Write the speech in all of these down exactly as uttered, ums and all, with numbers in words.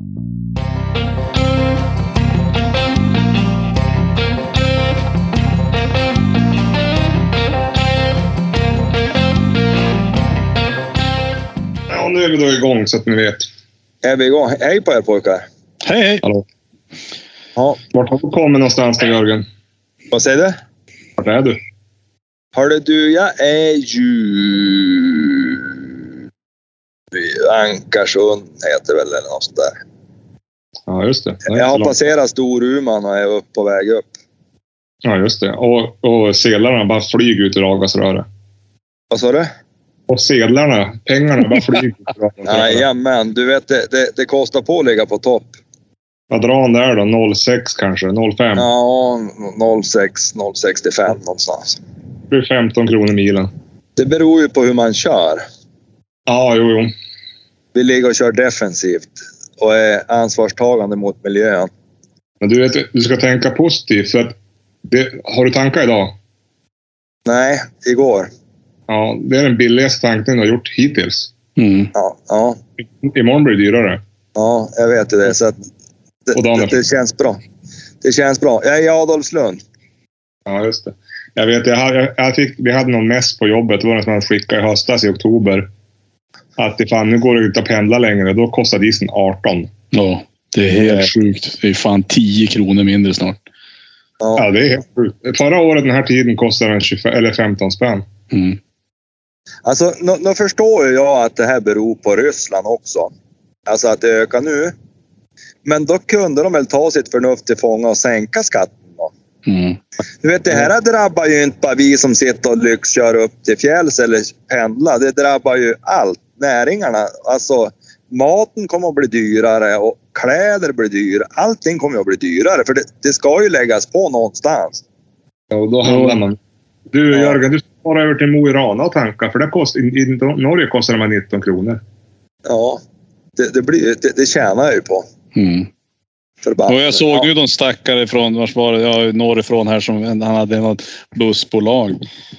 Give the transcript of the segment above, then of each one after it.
Ja, nu är vi då igång så att ni vet. Är vi igång? Hej på er pojkar. Hej, hej. Hallå. Ja. Vart har du kommit någonstans då, Jörgen? Vad säger du? Vart är du? Hörde du, jag är ju... Ankarsund heter väl eller något sånt där. Ja, just det. det Jag har långt. passerat Storuman och är upp på väg upp. Ja, just det. Och, och sedlarna bara flyger ut ur avgasröret. Vad sa du? Och sedlarna, pengarna bara flyger ut ur avgasröret. Jajamän, du vet det, det, det kostar på att ligga på topp. Vad drar han där då? noll komma sex kanske? noll komma fem? Ja, noll komma sex, noll komma sextiofem någonstans. Det blir femton kronor milen. Det beror ju på hur man kör. Ja, jo, jo. Vi ligger och kör defensivt och är ansvarstagande mot miljön. Men du vet, du ska tänka positivt för att det, har du tankat idag? Nej, igår. Ja, det är den billigaste tankningen du har gjort hittills. Mm. Ja, ja, Imorgon blir det dyrare. ja jag vet ju det. Så att det, Och dagen det, efter. det känns bra. Det känns bra. Jag är i Adolfslund. Ja, just det. Jag vet, jag, hade- jag fick, vi hade någon mäss på jobbet. Det var något som man skickade i höstas i oktober. Att det fan, nu går det inte att pendla längre. Då kostar dieseln arton. Ja, det är helt sjukt. Det är fan tio kronor mindre snart. Ja. Ja, det är helt sjukt. Förra året den här tiden kostade den tjugofem eller femton spänn. Mm. Alltså, nu, nu förstår ju jag att det här beror på Ryssland också. Alltså att det ökar nu. Men då kunde de väl ta sitt förnuft till fånga och sänka skatten då. Mm. Du vet, det här drabbar ju inte bara vi som sitter och lyxkör upp till fjälls eller pendlar. Det drabbar ju allt. Näringarna. Alltså, maten kommer att bli dyrare och kläder blir dyrare. Allting kommer att bli dyrare. För det, det ska ju läggas på någonstans. Ja, och då handlar man. Du Ja. Jörgen, du ska över till Mo i Rana och tanka. För det kost, i, i Norge kostar de nitton kronor. Ja, det, det, blir, det, det tjänar jag ju på. Mm. Förbannat. Och jag såg Ja. nu de stackare från, vars var det, ja, norrifrån här som han hade något bussbolag.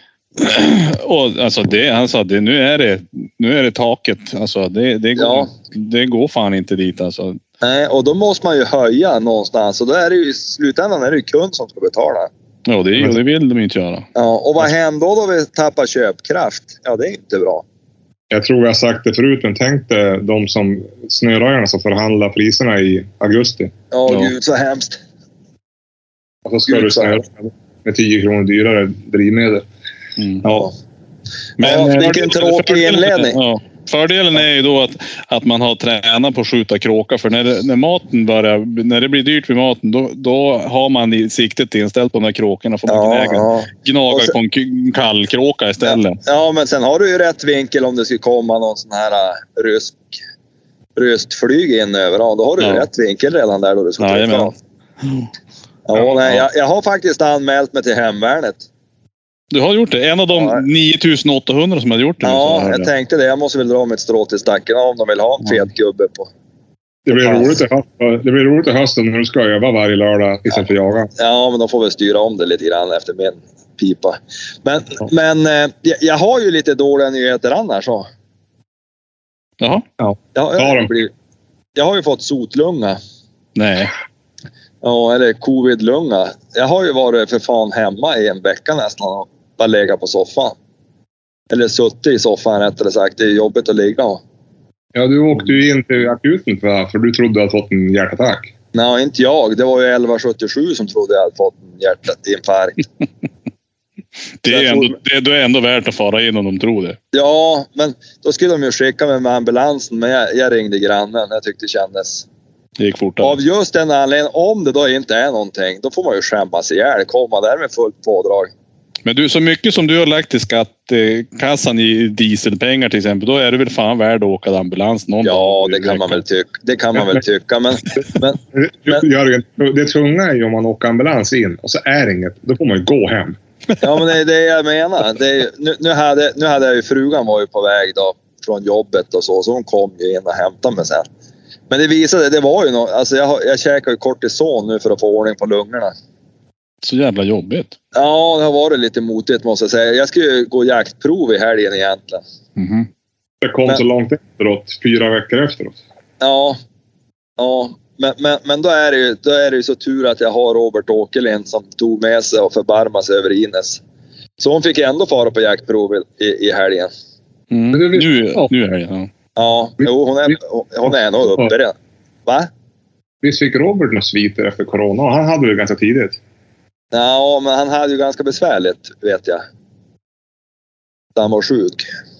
Och alltså det, han sa det, nu är det, nu är det taket. Alltså det, det, går, Ja. det går fan inte dit alltså. Nej, och då måste man ju höja någonstans. Och då är det ju i slutändan är det ju kund som ska betala. Ja, det, det vill de inte göra. Ja, och vad händer då då vi tappar köpkraft? Ja, det är inte bra. Jag tror vi har sagt det förut, men tänk dig de som snöröjarna som förhandlar priserna i augusti. Ja, Ja. gud så hemskt. Och så ska Gud, du så snöra med tio kronor dyrare drivmedel. Mm. Ja. Men Ja, vilken fördelen- tråkig fördelen- inledning. Ja. Fördelen är ju då att, att man har tränat på att skjuta kråka. För när, det, när maten börjar, när det blir dyrt med maten, då, då har man i siktet inställt på de här kråkorna. Får man Ja, gnäga, ja. gnaga Och sen- på en k- kallkråka istället. Ja, men sen har du ju rätt vinkel om det skulle komma någon sån här uh, rysk, ryskt flyg in över. Ja, då har du ju Ja. rätt vinkel redan där då du ska trycka Jajamän. av. Ja, nej, jag, jag har faktiskt anmält mig till hemvärnet. Du har gjort det. En av de Ja. nio tusen åttahundra som har gjort det. nu, så Ja, har jag det. tänkte det. Jag måste väl dra mitt strå till stacken om de vill ha en fet gubbe på. Det blir, Pass. roligt i höst, det blir roligt i hösten när du ska öva varje lördag istället för att jaga. Ja, men de får väl styra om det lite grann efter min pipa. Men, men eh, jag, jag har ju lite dåliga nyheter annars. Så. Jaha. Ja. Jag, Ja, jag, de- blir, jag har ju fått sotlunga. Nej. Ja, eller covidlunga. Jag har ju varit för fan hemma i en vecka nästan och bara legat på soffan. Eller suttit i soffan rättare sagt. Det är jobbigt att ligga. Ja, du åkte ju in till akuten för, för du trodde du hade fått en hjärtattack. Nej, inte jag. Det var ju elva sjuttiosju som trodde jag hade fått en hjärtinfarkt. Det Jag är, tror- ändå, det, då är ändå värt att fara in om de tror det. Ja, men då skulle de ju skicka mig med ambulansen. Men jag, jag ringde grannen. Jag tyckte det kändes... Det gick fortare. Av just den anledningen, om det då inte är någonting, då får man ju skämmas ihjäl. Komma där med fullt pådrag. Men du, så mycket som du har lagt i skattkassan i dieselpengar till exempel, då är det väl fan värd att åka ambulans någon Ja, dag. det kan man väl tycka. Det kan man väl tycka. Men, men Men- Jörgen, det tunga är ju om man åker ambulans in och så är det inget. Då får man ju gå hem. ja, men det är det jag menar. Det är, nu, nu, hade, nu hade jag ju frugan var ju på väg då från jobbet och så. Så hon kom ju in och hämtade mig sen. Men det visade, det var ju något. Alltså jag, har- jag käkar ju kortison nu för att få ordning på lungorna. Så jävla jobbigt. Ja, det har varit lite motigt måste jag säga. Jag skulle ju gå jaktprov i helgen egentligen. Mhm. Det kom Men- så långt efteråt, fyra veckor efteråt. Ja, Ja, men, men, men då, är det ju, då är det ju så tur att jag har Robert Åkerlind som tog med sig och förbarmade sig över Ines. Så hon fick ändå fara på jaktprov i, i helgen. Mm. Nu, nu är det ja. Ja, jo, hon är, hon är nog uppe redan. Va? Visst fick Robert några sviter efter corona? Han hade det ganska tidigt. Ja, men han hade ju ganska besvärligt, vet jag. Han var sjuk.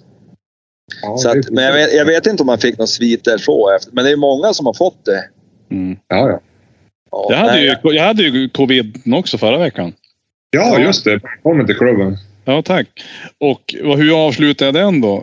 Ja, så att, men jag vet, jag vet inte om han fick någon sviter så efter. Men det är många som har fått det. Mm. Ja, ja. ja jag, hade nej, ju, jag hade ju covid också förra veckan. Ja, just det. Välkommen till klubben. Ja, tack. Och hur avslutade jag den då?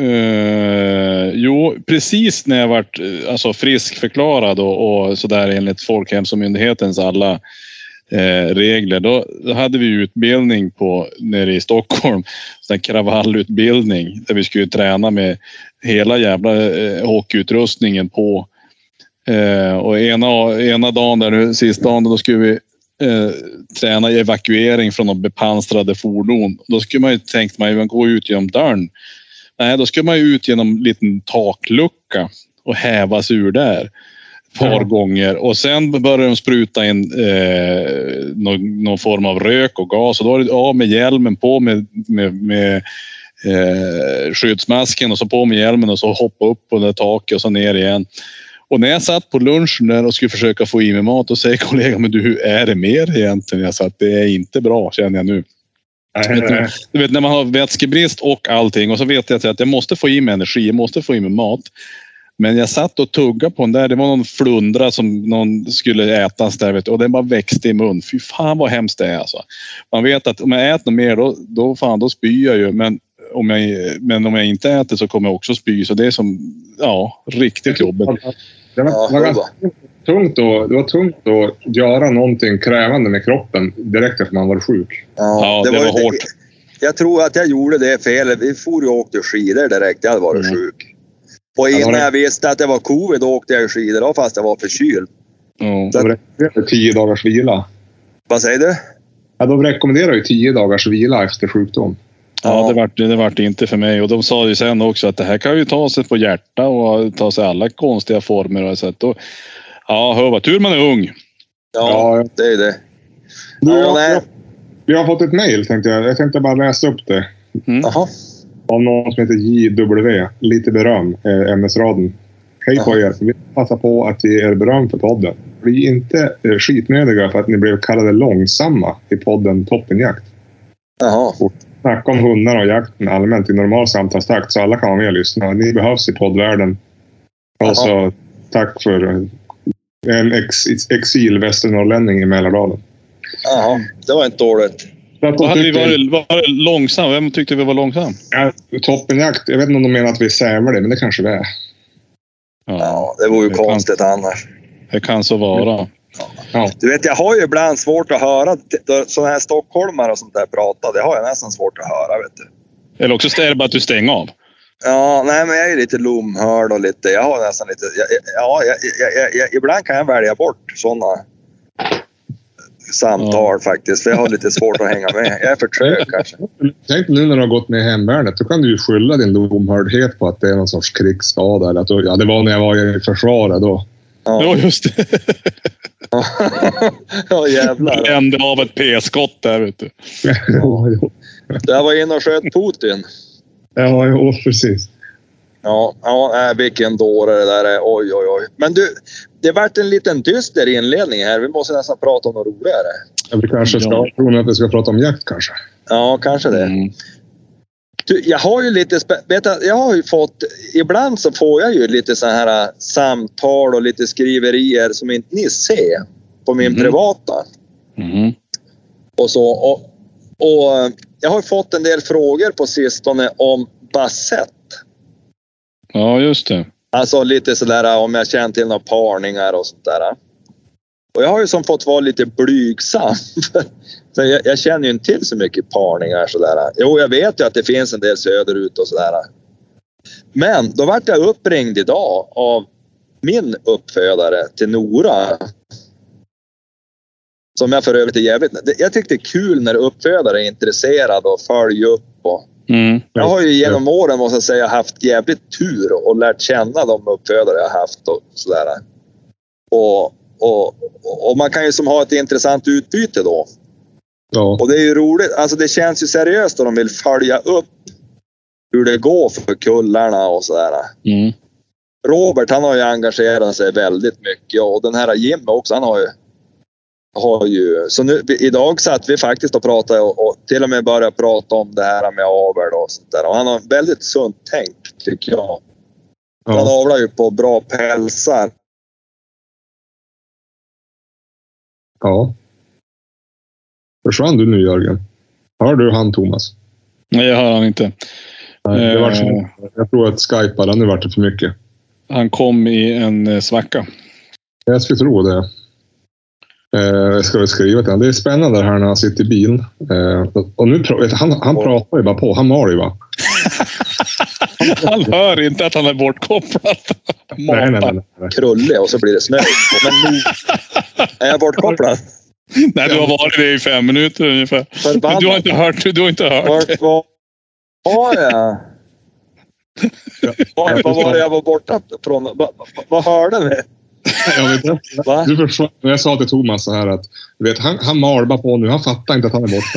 Uh, jo, precis när jag vart alltså, friskförklarad och, och sådär enligt Folkhälsomyndighetens alla uh, regler. Då, då hade vi utbildning på nere i Stockholm. En kravallutbildning där vi skulle träna med hela jävla uh, hockeyutrustningen på. Uh, och ena, ena dagen där, sista dagen, då skulle vi Eh, träna i evakuering från de bepansrade fordon. Då skulle man ju tänkt man ju gå ut genom dörren. Nej, då skulle man ju ut genom en liten taklucka och häva sig ur där ett par ja. gånger. Och sen började de spruta in eh, någon, någon form av rök och gas. Och då var det av med hjälmen, på med, med, med eh, skyddsmasken och så på med hjälmen och så hoppa upp på det taket och så ner igen. Och när jag satt på lunchen där och skulle försöka få i mig mat och säger kollegan, men du, hur är det mer egentligen? Jag sa att det är inte bra, känner jag nu. Nej, vet, nej. Du vet, när man har vätskebrist och allting och så vet jag att jag måste få i mig energi, jag måste få i mig mat. Men jag satt och tuggade på den där, det var någon flundra som någon skulle ätas där, vet du, och den bara växte i mun. Fy fan vad hemskt det är alltså. Man vet att om jag äter mer då, då fan då spyr jag ju, men om jag, men om jag inte äter så kommer jag också spy, så det är som, ja, riktigt jobbigt. Det var, var ganska tungt då, det var tungt att göra någonting krävande med kroppen direkt efter man var sjuk. Ja, ja det, det var, var hårt. Det, jag tror att jag gjorde det fel. Vi for ju och åkte skidor direkt, jag hade varit mm. sjuk. Och innan ja, det... jag visste att det var covid då åkte jag skidor då, fast jag var förkyld. Mm. Så då rekommenderar tio dagars vila. Vad säger du? Ja, de rekommenderar ju tio dagars vila efter sjukdom. Ja, det vart det vart inte för mig. Och de sa ju sen också att det här kan ju ta sig på hjärta och ta sig alla konstiga former. Och så att då, ja, hör vad tur man är ung. Ja, ja. det är det. Du, ja, jag, vi har fått ett mejl, tänkte jag. Jag tänkte bara läsa upp det. Mm. Av någon som heter J W. Lite beröm, eh, ämnesraden. Hej på er. Vi vill passa på att ge er beröm för podden. Bli inte eh, skitnödiga för att ni blev kallade långsamma i podden Toppenjakt. Jaha. Snacka om hundar och jakten allmänt i normal samtalstakt så alla kan vara med och lyssna. Ni behövs i poddvärlden. Och så tack för en ex, exil-västernorrlänning i Mälardalen. Jaha, det var inte dåligt. Vad hade vi varit, varit långsam? Vem tyckte vi var långsam? Ja, toppenjakt. Jag vet inte om de menar att vi säver det, men det kanske vi är. Ja, ja det vore ju det konstigt kan, annars. Det kan så vara. Ja. Du vet, jag har ju ibland svårt att höra sådana här stockholmare och sånt där prata. Det har jag nästan svårt att höra, vet du. Eller också är det bara att du stänger av. Ja, nej, men jag är lite lomhörd och lite... Jag har nästan lite... Jag, ja, jag, jag, jag, ibland kan jag välja bort sådana samtal ja. faktiskt. För jag har lite svårt att hänga med. Jag är för trög kanske. Tänk nu när du har gått med i hemvärnet. Då kan du ju skylla din lomhördhet på att det är någon sorts krigsskada. Eller att du, ja, det var när jag var i försvaret då. Ja, ja just det. Ja, jävlar. Ände av ett p-skott där, vet du. Ja, jo. Jag var inne och sköt Putin. Ja, jo, precis. Ja, ja, vilken dåre det där är. Oj, oj, oj. Men du, det vart en liten dyster inledning här. Vi måste nästan prata om något roligare. Ja, vi kanske ska ja. tro att vi ska prata om jakt kanske. Ja, kanske det. Mm. Du, jag har ju lite... Vet du, jag har ju fått... Ibland så får jag ju lite så här samtal och lite skriverier som inte ni ser på min mm. privata. Mm. Och så... Och, och jag har fått en del frågor på sistone om bassett. Ja, just det. Alltså lite sådär om jag känner till några parningar och sånt där. Och jag har ju som fått vara lite blygsam. För jag, jag känner ju inte till så mycket parningar sådär. Jo, jag vet ju att det finns en del söderut och sådär. Men då vart jag uppringd idag av min uppfödare till Nora. Som jag för övrigt är jävligt... Jag tyckte det är kul när uppfödare är intresserade och följer upp. Och mm. Jag har ju genom åren, måste jag säga, haft jävligt tur och lärt känna de uppfödare jag har haft och sådär. Och, och, och man kan ju som ha ett intressant utbyte då. Ja. Och det är ju roligt. Alltså det känns ju seriöst om de vill följa upp hur det går för kullarna och sådär. Mm. Robert, han har ju engagerat sig väldigt mycket. Och den här Jim också, han har ju... Har ju så nu, idag satt vi faktiskt och pratade och, och till och med började prata om det här med avel och sånt där. Och han har väldigt sunt tänk, tycker jag. Ja. Han avlar ju på bra pälsar. Ja. Försvann du nu, Jörgen? Hör du han, Thomas? Nej, jag hör han inte. Nej, det var Eh. så, jag tror att Skype, nu vart det för mycket. Han kom i en eh, svacka. Jag skulle tro det. Eh, jag ska väl skriva till honom. Det är spännande här när han sitter i bilen. Eh, och nu, han, han pratar ju bara på. Han mal ju bara. Han hör inte att han är bortkopplad. Nej, nej, nej, nej. Krulle och så blir det snö. Men nu är jag bortkopplad. Nej, du har varit det i fem minuter ungefär. Förbannat. Du har inte hört. Du har inte hört. Vart var var jag? Var, var var det jag var borta från? Vad va, va hörde vi? Jag vet inte. Va? Du försvann. Jag sa till Thomas så här att du vet, han, han mal bara på nu. Han fattar inte att han är borta.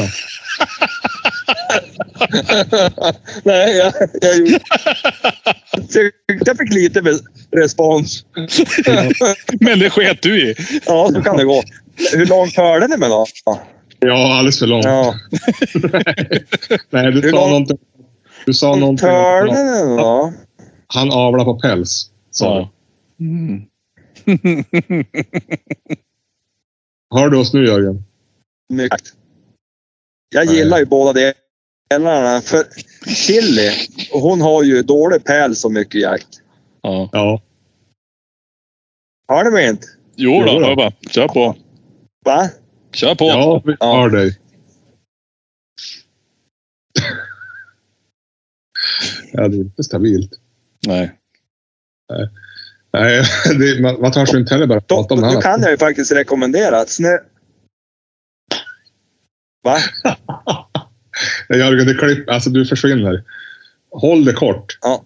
Nej, jag, jag, gjorde... jag fick lite respons. Men det sket du i. Ja, så kan det gå. Hur långt hörde ni mig då? Ja, alldeles för långt. Ja. Nej, du Hur sa långt- någonting. Du sa Hur någonting. hörde ni då? Han avlar på päls. Sa Ja. Mm. du. Hör du oss nu, Jörgen? Mycket. Jag gillar ju båda delarna. För Chili, hon har ju dålig päls och mycket jakt. Ja. Ja. Hör ni mig inte? Jo då, Jo då. hör bara. Kör på. Va? Kör på. Ja, vi Ja. hör dig. Ja, det är inte stabilt. Nej. Nej, det, man, man tar sig inte heller bara att Då, prata om det nu här. kan jag ju faktiskt rekommendera att snö... Va? Jörgen, det klipp, alltså du försvinner. Håll det kort. Ja.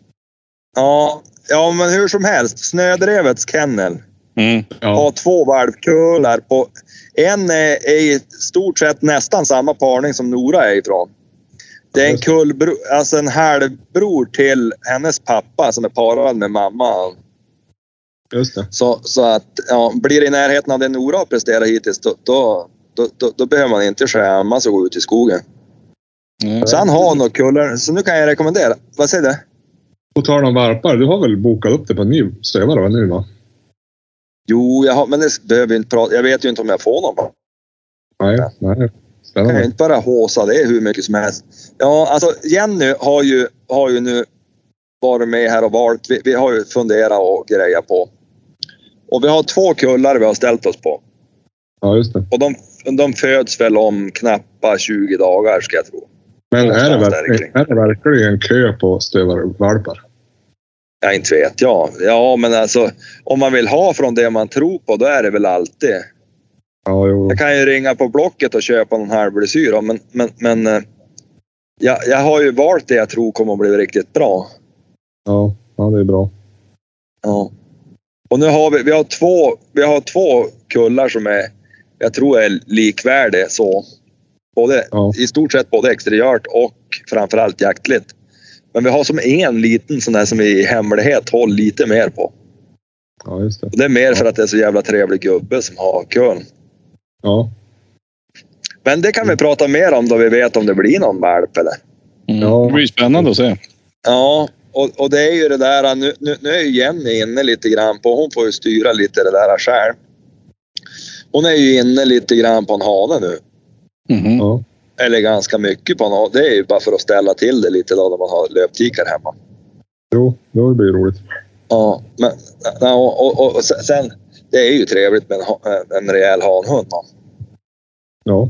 Ja, ja men hur som helst. Snödrevets kennel Mm. Ja, har två valpkullar på... En är, är i stort sett nästan samma parning som Nora är ifrån. Det är en kullbro, alltså en halvbror till hennes pappa som är parad med mamma. just det. Så, så att ja, blir det i närheten av det Nora har presterat hittills då, då, då, då, då behöver man inte skämmas och gå ut i skogen. Nej. Så han har några kullar, så nu kan jag rekommendera. Vad säger du? På tal om varpar, du har väl bokat upp det på en ny stövare va, nu va? Jo, jag har, men det behöver inte prata. Jag vet ju inte om jag får någon. Nej, nej. Jag kan ju Spännande. inte bara håsa det hur mycket som helst. Ja, alltså Jenny har ju, har ju nu varit med här och valt. Vi, vi har ju funderat och grejer på. Och vi har två kullar vi har ställt oss på. Ja, just det. Och de, de föds väl om knappt tjugo dagar ska jag tro. Men är det, Någonstans där verkligen, kring. är det verkligen kö på stövarvalpar? Jag inte vet jag. Ja, men alltså om man vill ha från det man tror på, då är det väl alltid. Ja, jo. Jag kan ju ringa på Blocket och köpa någon halvblessyr. Men, men, men eh, jag, jag har ju valt det jag tror kommer att bli riktigt bra. Ja, ja, det är bra. Ja. Och nu har vi, vi har två, vi har två kullar som är, jag tror är likvärdiga så. Både, Ja. i stort sett både exteriört och framförallt jaktligt. Men vi har som en liten sån där som vi i hemlighet håller lite mer på. Ja, just det. Och det är mer för att det är så jävla trevlig gubbe som har kull. Ja, Men det kan vi prata mer om då vi vet om det blir någon valp eller. Mm. Ja. Det blir spännande att se. Ja, och, och det är ju det där, nu, nu, nu är ju Jenny inne lite grann på, hon får ju styra lite det där själv. Hon är ju inne lite grann på en hane nu. Mhm. ja. Eller ganska mycket på en hane. Det är ju bara för att ställa till det lite då när man har löptikar hemma. Jo, då blir det roligt. Ja, men ja, och, och, och sen, det är ju trevligt med en, ha- en rejäl hanhund då. Ja.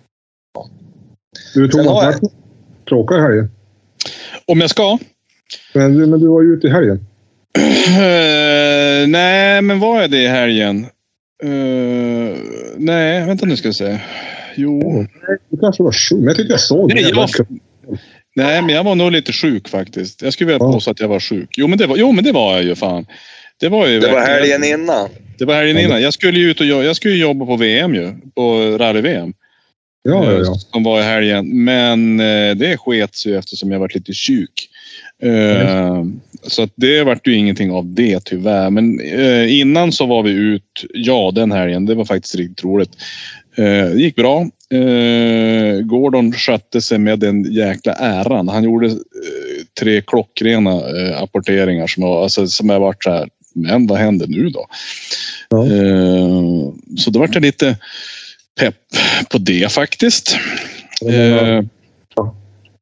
Du, Sen har Thomas, jag- vart tråkar i helgen? Om jag ska? Men, du- men du var ju ute i helgen. Uh, nej, men var jag det i helgen? Uh, nej, vänta nu ska jag se. Jo. Du kanske var sjuk, men jag tyckte jag såg Nej, det. jag var, nej, men jag var nog lite sjuk faktiskt. Jag skulle vilja Ja. påstå att jag var sjuk. Jo, men det var, jo, men det var jag ju fan. Det var ju Det var verkligen- helgen innan. Det var helgen innan. Jag skulle ju ut och jag, jag skulle jobba på V M ju. På rally-V M. Ja, ja, ja. Som var i helgen. Men eh, det skets ju eftersom jag varit lite sjuk. Eh, mm. Så att det vart ju ingenting av det tyvärr. Men eh, innan så var vi ut. Ja, den helgen. Det var faktiskt riktigt roligt. Eh, det gick bra. Eh, Gordon skötte sig med den jäkla äran. Han gjorde eh, tre klockrena eh, apporteringar som har alltså, som har varit så här. Men vad händer nu då? Ja. Eh, så då var det lite pepp på det faktiskt. Eh, ja.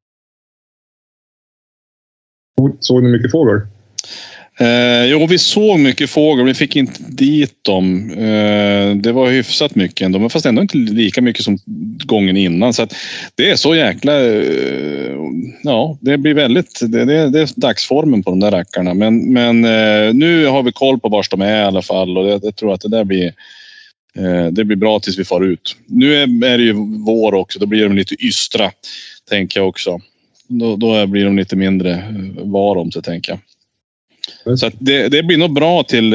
Såg ni mycket fågel? Eh, jo, vi såg mycket fågel. Vi fick inte dit dem. Eh, det var hyfsat mycket ändå. Men fast ändå inte lika mycket som gången innan. Så att det är så jäkla... Eh, ja, det blir väldigt... Det, det, det är dagsformen på de där rackarna. Men, men eh, nu har vi koll på vars de är i alla fall. Och jag, jag tror att det där blir... Eh, det blir bra tills vi får ut. Nu är, är det ju vår också. Då blir de lite ystra, tänker jag också. Då, då blir de lite mindre var om sig, tänker jag. Så att det, det blir nog bra till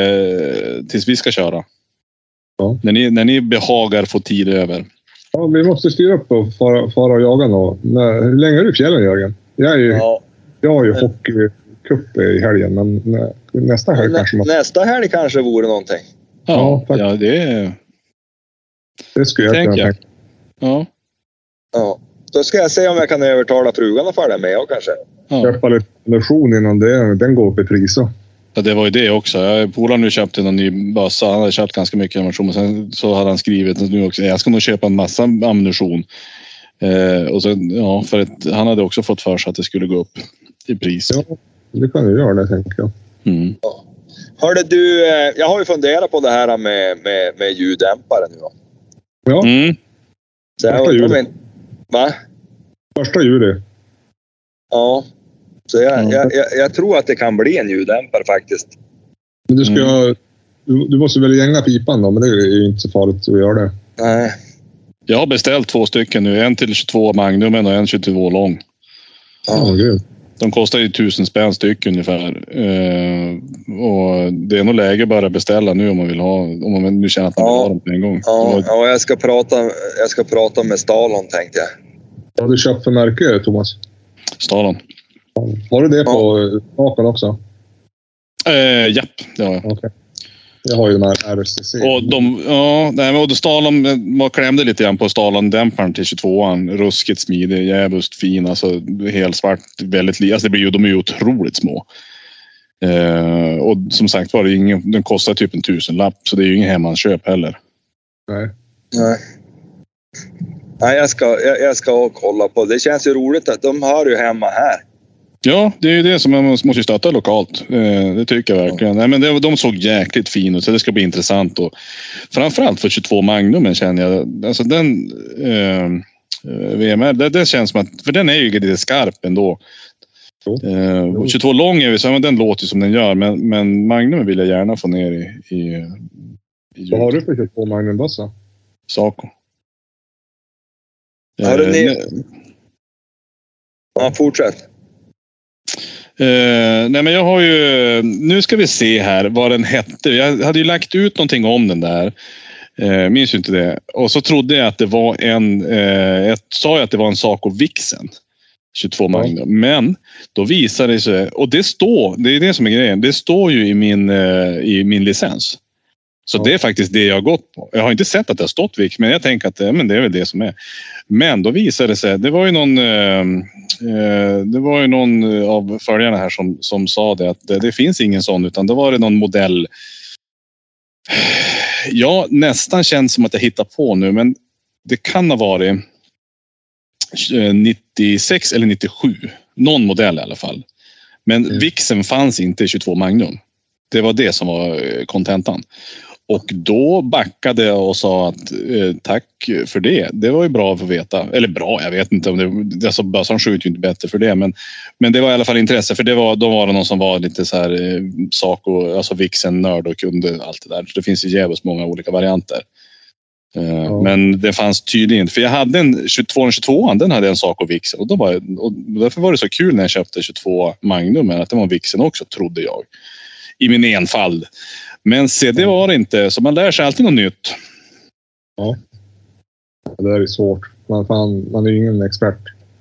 eh, tills vi ska köra. Ja. När, ni, när ni behagar få tid över. Ja, vi måste styra upp och fara, fara och jaga nå. När, hur länge är du i fjällen, Jörgen? Jag, är ju, ja. jag har ju hockeycup i helgen, men nä, nästa helg Nä, kanske man... Nästa helg kanske vore någonting. Ja, ja, ja det... Det skulle jag kunna tänka. Ja. Ja. Då ska jag se om jag kan övertala frugan att följa med och kanske. Ja. Köpa lite version innan det, den går upp i pris. Ja, det var ju det också. Jag polaren nu köpte någon ny bössa. Han hade köpt ganska mycket ammunition. Men sen så hade han skrivit nu också. Jag ska nog köpa en massa ammunition. Eh, och så, ja, för att han hade också fått för sig att det skulle gå upp i pris. Ja, det kan du göra det, tänker jag. Mm. Ja. Hörde du, jag har ju funderat på det här med, med, med ljuddämpare nu då. Ja. Mm. Så jag Första juli. Va? Första juli. Ja. Så jag, mm. jag, jag, jag tror att det kan bli en ljuddämpare faktiskt. Men du ska... Mm. Du, du måste väl gänga pipan då, men det är ju inte så farligt att göra det. Nej. Jag har beställt två stycken nu. En till tjugotvå Magnum och en tjugotvå lång. Ja, gud. De kostar ju tusen spänn styck ungefär. Uh, och det är nog läge bara beställa nu om man vill ha, om man nu känner att man ja. vill ha dem på en gång. Ja, ja jag, ska prata, jag ska prata med Stalon, tänkte jag. Vad har du köpt för märke, Thomas? Stalon. Har du det på taken ja. också? Uh, japp, det har jag. Okay. Jag har ju den här R C C. Och de, ja, nej, och Stalon, man klämde lite grann på Stalon-dämparen till tjugotvåan. Ruskigt smidig, jävligt fin, alltså helt svart, väldigt li. Alltså det blir ju, de är ju otroligt små. Eh, och som sagt var det ingen, den kostar typ en tusenlapp, så det är ju ingen hemmaköp heller. Nej. Nej. Nej, jag ska, jag, jag ska kolla på det. Det känns ju roligt att de har ju hemma här. Ja, det är ju det som man måste stötta lokalt. Eh, det tycker jag verkligen. Nej, men det, de såg jäkligt fin ut, så det ska bli intressant. Och framförallt för tjugotvå Magnumen känner jag. Alltså den eh, V M R, det, det känns som att... För den är ju lite skarp ändå. Eh, tjugotvå lång är vi så, men den låter som den gör. Men, men Magnumen vill jag gärna få ner i... i, i Vad har du för tjugotvå Magnum-bössa? Saco. Har du ner... Ja, fortsätt. Uh, nej men jag har ju, nu ska vi se här vad den hette. Jag hade ju lagt ut någonting om den där. Uh, minns ju inte det. Och så trodde jag att det var en, uh, jag sa ju att det var en Saco Vixen. tjugotvå Magnum. Ja. Men då visade det sig, och det står, det är det som är grejen. Det står ju i min, uh, i min licens. Så ja. Det är faktiskt det jag har gått på. Jag har inte sett att det har stått Vix, men jag tänker att men det är väl det som är. Men då visade det sig, det var ju någon eh, det var ju någon av följarna här som, som sa det att det, det finns ingen sån, utan det var det någon modell. Ja, nästan känns som att jag hittar på nu, men det kan ha varit nittiosex eller nittiosju. Någon modell i alla fall. Men mm. Vixen fanns inte i tjugotvå Magnum. Det var det som var kontentan. Och då backade jag och sa att eh, tack för det. Det var ju bra att få veta. Eller bra, jag vet inte om det... Alltså, bössan skjuter ju inte bättre för det. Men, men det var i alla fall intresse. För det var, då var det någon som var lite så här eh, Saco, alltså Vixen-nörd och kunde allt det där. Så det finns ju jävligt många olika varianter. Eh, ja. Men det fanns tydligen inte. För jag hade en tjugotvå tjugotvå, den hade en Saco Vixen. Och, då var, och därför var det så kul när jag köpte tjugotvå Magnum att det var en Vixen också, trodde jag. I min enfald. Men se, det var det inte. Så man lär sig alltid något nytt. Ja. Det där är svårt. Man, fan, man är ju ingen expert.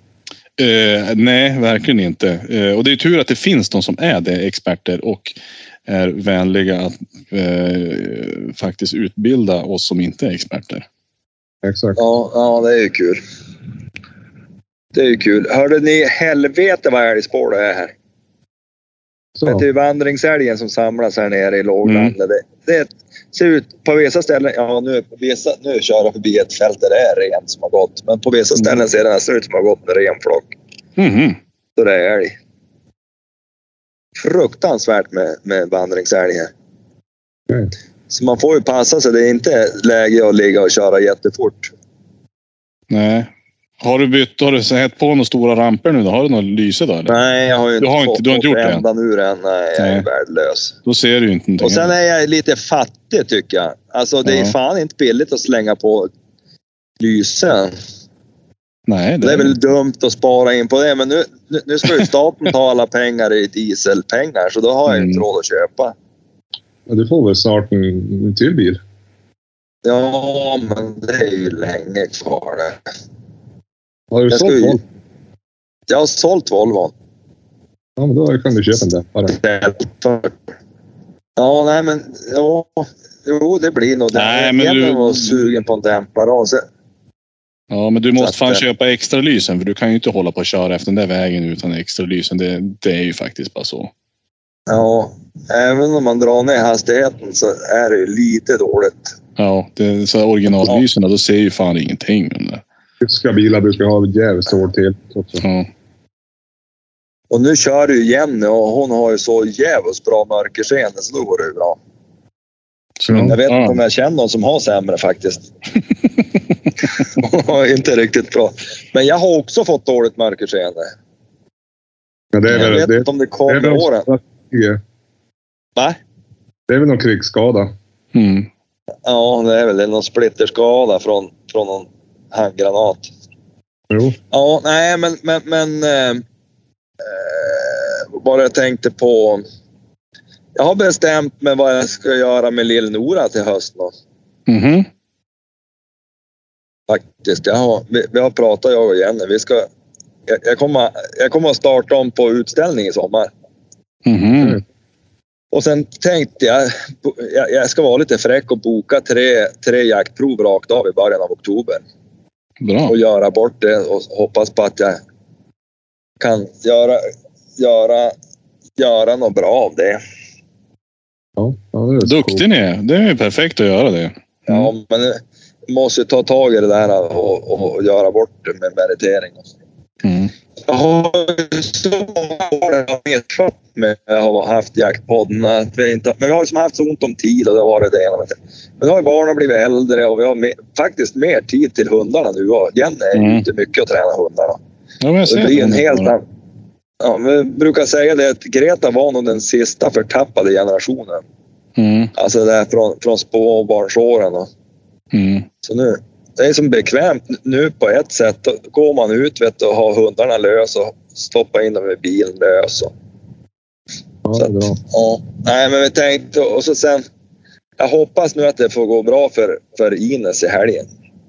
Eh, nej, verkligen inte. Eh, och det är tur att det finns de som är det, experter, och är vänliga att eh, faktiskt utbilda oss som inte är experter. Exakt. Ja, ja, det är ju kul. Det är ju kul. Hörde ni helvete vad älgspår det är här? Så. Det är ju vandringsälgen som samlas här nere i låglandet. Mm. Det, det ser ut på vissa ställen, ja nu, på vissa, nu kör jag förbi ett fält där det är ren som har gått. Men på vissa ställen ser det nästan ut som har gått en ren flock. Mm. Så det är älg. Fruktansvärt med, med vandringsälg här. Mm. Så man får ju passa sig. Det är inte läge att ligga och köra jättefort. Nej. Har du bytt, har du sett på några stora ramper nu då? Har du något lyse då? Eller? Nej, jag har ju Du har inte- fått du har inte gjort det ända nu än. Nej, jag är Nej. värdelös. Då ser du ju inte någonting. Och sen är jag lite fattig tycker jag. Alltså det är Ja. fan inte billigt att slänga på lysen. Nej, det, Det är väl dumt att spara in på det. Men nu, nu, nu ska ju staten ta alla pengar i dieselpengar. Så då har jag Mm. inte råd att köpa. Ja, du får väl snart en, en till bil. Ja, men det är ju länge kvar det. Har du Jag ska sålt ju- Volvo? Jag har sålt Volvon. Ja, men då kan du köpa en dämpare. Ja, nej men ja, jo, det blir nog det. Nej, men Jag du- var sugen på en dämpare. Och så, ja, men du måste fan Så att, köpa extra lysen, för du kan ju inte hålla på och köra efter den där vägen utan extra lysen. Det, det är ju faktiskt bara så. ja, även om man drar ner hastigheten så är det ju lite dåligt. Ja, det är så originallyserna, då ser ju fan ingenting. Under. Tyska bilar brukar ha jävligt stort till också. Ja. Och nu kör ju Jenny och hon har ju så jävligt bra mörkerseende så då går det ju bra. Så, Jag vet ja. inte om jag känner någon som har sämre faktiskt. Inte riktigt bra. Men jag har också fått dåligt mörkerseende. Men det är Jag väl, vet det, inte om det det, är kommer väl åren. också, Va? det är väl någon krigsskada. Mm. Ja, det är väl någon splitterskada från, från någon handgranat. Jo. Ja, nej men, men, men eh, eh, bara jag tänkte på. Jag har bestämt mig vad jag ska göra med Lill Nora till hösten. Mhm. Faktiskt, jag har, vi, vi har pratat jag och Jenny. Vi ska, jag, jag, kommer, jag kommer att starta om på utställning i sommar. Mhm. Mm. Och sen tänkte jag, jag, jag ska vara lite fräck och boka tre, tre jaktprov rakt av i början av oktober. Bra. Och göra bort det och hoppas på att jag kan göra, göra, göra något bra av det. Ja, ja, det är så Duktig coolt. ni är. Det är ju perfekt att göra det. Ja, men jag måste ta tag i det där och, och, och göra bort det med meritering. Mm. Jag har så många år jag har medfört med jag har haft jaktpodden. Att vi inte, men vi har liksom haft så ont om tid och det har varit det ena med det. Men nu har barnen blivit äldre och vi har mer, faktiskt mer tid till hundarna nu. Och Jenny är Mm. ute mycket att träna hundarna. Ja, men jag Det ser blir en det. helt annan. Ja, vi brukar säga det att Greta var nog den sista förtappade generationen. Mm. Alltså det är från, från småbarnsåren. Och, Mm. så nu, det är som bekvämt nu på ett sätt. Då går man ut vet, du, och har hundarna lös och stoppa in dem i bilen lös. Och, Ja, så det att, är bra. ja, nej men vi tänkte och så sen. Jag hoppas nu att det får gå bra för, för Ines i helgen.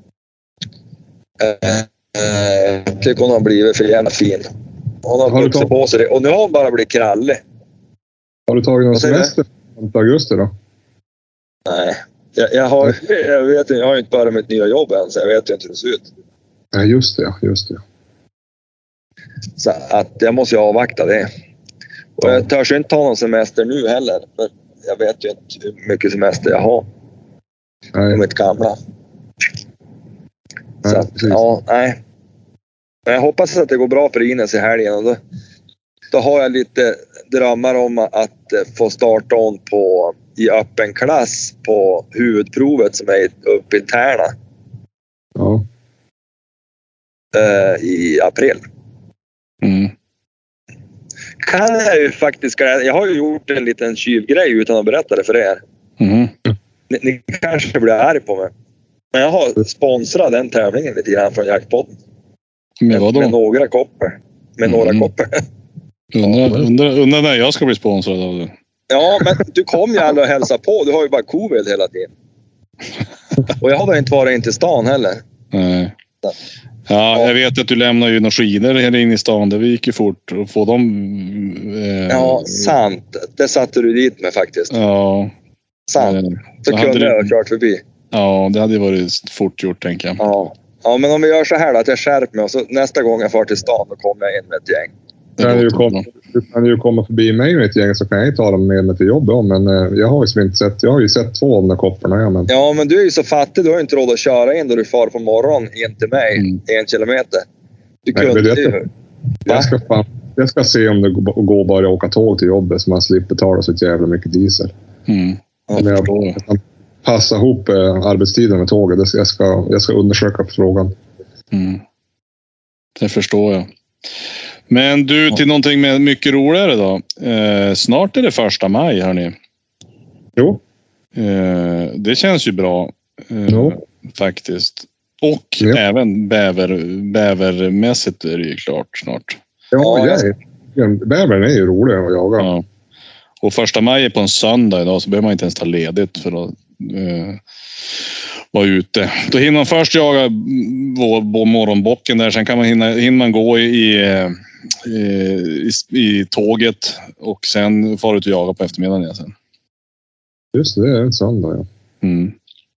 Eh, eh, jag tycker hon har blivit för jävla fin. Hon har Har du vuxit tagit- på sig det. Och nu har hon bara blivit krallig. Har du tagit någon Vad säger du? semester i augusti då? Nej, jag, jag, har, jag vet inte, jag har inte börjat mitt nya jobb än så jag vet inte hur det ser ut. Nej, just det. Ja, just det. Så att jag måste ju avvakta det. Och jag törs ju inte ta någon semester nu heller. För jag vet ju inte hur mycket semester jag har. Nej, De mitt gamla. Så nej, att, precis. ja, nej. Men jag hoppas att det går bra för Ines i helgen. Och då, då har jag lite drömmar om att få starta om på, i öppen klass på huvudprovet som är uppe i Tärna Ja. eh, i april. Mm. Kan jag ju faktiskt, jag har ju gjort en liten tjuvgrej utan att berätta det för er. Mm. Ni, ni kanske blir arg på mig. Men jag har sponsrat den tävlingen lite grann från jaktpodden. Men vadå? Med några koppar. Med Mm. några koppar. Undrar, undrar, undrar när jag ska bli sponsrad av det. Ja, men du kom ju aldrig att hälsa på. Du har ju bara covid hela tiden. Och jag har inte varit in till stan heller. Nej. Ja, jag vet att du lämnar ju några skidor här inne i stan. Det gick ju fort att få dem. Eh... Ja, sant. Det satte du dit med faktiskt. Ja. Sant. Eh, så kunde du... jag ha kört förbi. Ja, det hade varit fort gjort, tänker jag. Ja. Ja, men om vi gör så här då, att jag skärper mig och så nästa gång jag far till stan då kommer jag in med ett gäng. Du kan, ju komma, du kan ju komma förbi mig med ett gäng så kan jag ta dem med mig till jobbet. Ja, men eh, jag har ju inte sett, jag har ju sett två av de där kopparna. Ja men. ja, men du är ju så fattig. Du har ju inte råd att köra in då du far på morgon in till mig. Mm. En kilometer. Du Nej, kunde det, ju. Jag ska, fan, jag ska se om det går bara att åka tåg till jobbet så man slipper betala så jävla mycket diesel. Mm. Ja, jag, jag kan passa ihop eh, arbetstiden med tåget. Jag ska, jag ska undersöka på frågan. Mm. Det förstår jag. Men du, till någonting med mycket roligare då. Eh, snart är det första maj, hörni. Jo. Eh, det känns ju bra. Eh, jo. Faktiskt. Och ja. även bäver, bävermässigt är det ju klart snart. Ja, jag, bävern är ju rolig att jaga. Ja. Och första maj är på en söndag idag så behöver man inte ens ta ledigt för att eh, vara ute. Då hinner man först jaga vår morgonbocken där. Sen kan man hinna, hinner man gå i, i, i, i tåget och sen får du ut och jaga på eftermiddagen igen sen. Just det, det är en söndag, ja. Mm.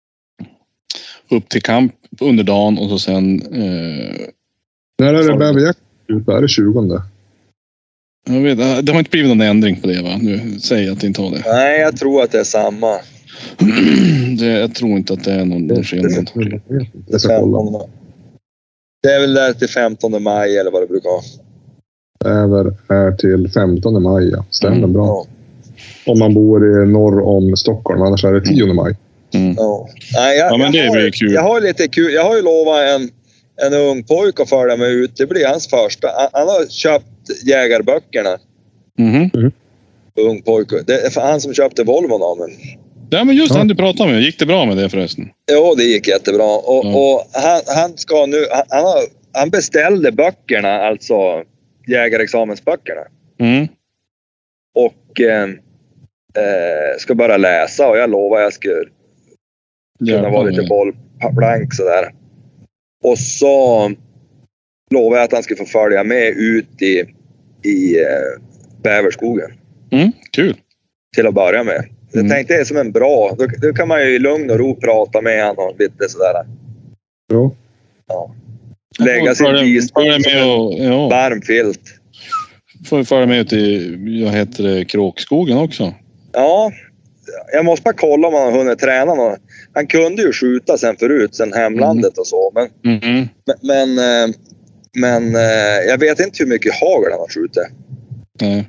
Upp till kamp under dagen och så sen... Eh, När är det bäverjakt ut? Är det tjugonde? Jag vet, det har inte blivit någon ändring på det, va? Nu säger jag att det inte har det. Nej, jag tror att det är samma. det, jag tror inte att det är någon, någon skillnad. Jag ska kolla. Det är väl där till femtonde maj eller vad det brukar vara. Bäver är till femtonde maj, ja. Stämmer mm. bra. Ja. Om man bor i norr om Stockholm, annars är det tionde maj. Mm. Ja. Nej, jag, ja, men jag det har, blir kul. Jag har lite kul. Jag har ju lovat en, en ung pojke att följa mig ut. Det blir hans första. Han, han har köpt jägarböckerna. Mm. Mm. Ung pojke. Det är han som köpte Volvon av mig. Ja, men just ja. Han du pratade med. Gick det bra med det förresten? Jo, det gick jättebra. Och, ja. och han, han ska nu... Han, han, har, han beställde böckerna, alltså jägarexamensböckerna. Mm. Och eh, eh, ska bara läsa. Och jag lovar jag skulle kunna vara lite bollblank sådär. Och så lovade jag att han skulle få följa med ut i, i eh, bäverskogen. Mm, kul. Till att börja med. Jag mm. tänkte det är som en bra... Då, då kan man ju i lugn och ro prata med honom och lite sådär. Jo. Ja. Lägga sin isskog som en ja. varm filt. Får vi följa med ut i, jag heter det, Kråkskogen också? Ja. Jag måste bara kolla om han har hunnit träna någon. Han kunde ju skjuta sen förut, sen hemlandet och så. Men, mm. men, men, men jag vet inte hur mycket hagel han har skjutit. Nej.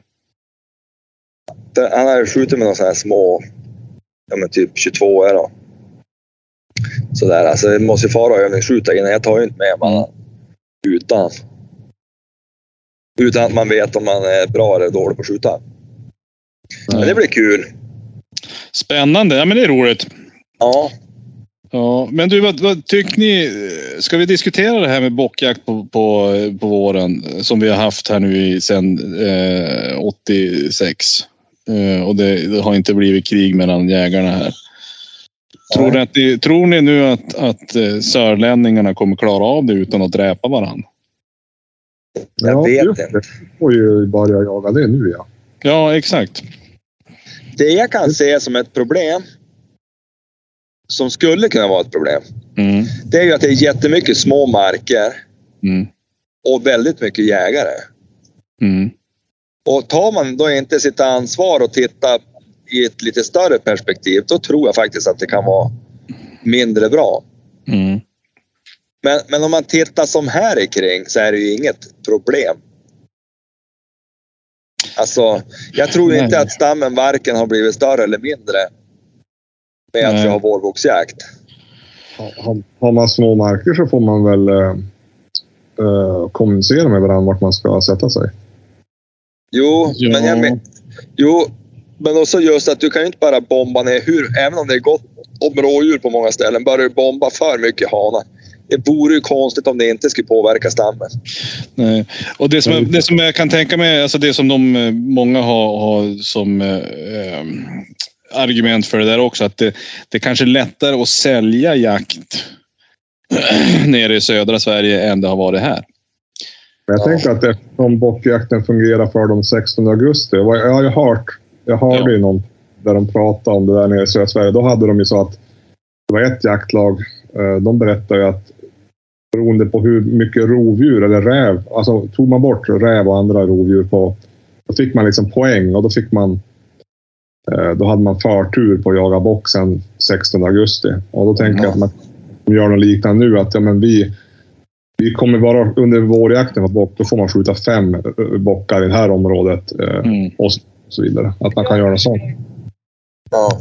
Han har skjutit med några sådana här små, ja men typ tjugotvå är då. Sådär, alltså det måste ju fara och övningsskjuta innan. Jag tar ju inte med man mm. utan. Utan att man vet om man är bra eller dålig på att skjuta. Men det blir kul. Spännande, ja men det är roligt. Ja. Ja, men du, vad, vad tycker ni? Ska vi diskutera det här med bockjakt på, på, på våren som vi har haft här nu sedan eh, åttiosex? Eh, och det, det har inte blivit krig mellan jägarna här. Tror ni, att ni, tror ni nu att, att eh, sörlänningarna kommer klara av det utan att dräpa varandra? Jag ja, vet inte. inte. Vi får ju börja jaga det nu, ja. Ja, exakt. Det jag kan se som ett problem, som skulle kunna vara ett problem, mm. det är ju att det är jättemycket små marker mm. och väldigt mycket jägare. Mm. Och tar man då inte sitt ansvar och tittar i ett lite större perspektiv, då tror jag faktiskt att det kan vara mindre bra. Mm. Men, men om man tittar som här kring så är det ju inget problem. Alltså, jag tror Nej. inte att stammen varken har blivit större eller mindre med att vi har vårboxjakt. Har, har man små marker så får man väl eh, eh, kommunicera med varandra vart man ska sätta sig. Jo, ja. men jag men, jo, men också just att du kan ju inte bara bomba ner hur, även om det är gott om rådjur på många ställen, bara du bomba för mycket hanar. det vore ju konstigt om det inte skulle påverka stammen. Nej. Och det som, det som jag kan tänka mig, alltså det som de många har, har som eh, argument för det där också, att det, det kanske är lättare att sälja jakt nere i södra Sverige än det har varit här. Men jag ja. tänker att eftersom bockjakten fungerar för de sextonde augusti, jag har ju hört, jag hörde ju ja. någon där de pratade om det där nere i södra Sverige, då hade de ju så att det var ett jaktlag, de berättade ju att beroende på hur mycket rovdjur eller räv, alltså tog man bort räv och andra rovdjur på, då fick man liksom poäng och då fick man då hade man förtur på att jaga bock sen sextonde augusti. Och då tänker mm. jag att man gör något liknande nu, att ja, men vi, vi kommer vara under vårjakten på bock, då får man skjuta fem bockar i det här området mm. och så vidare. Att man kan göra sånt. Ja.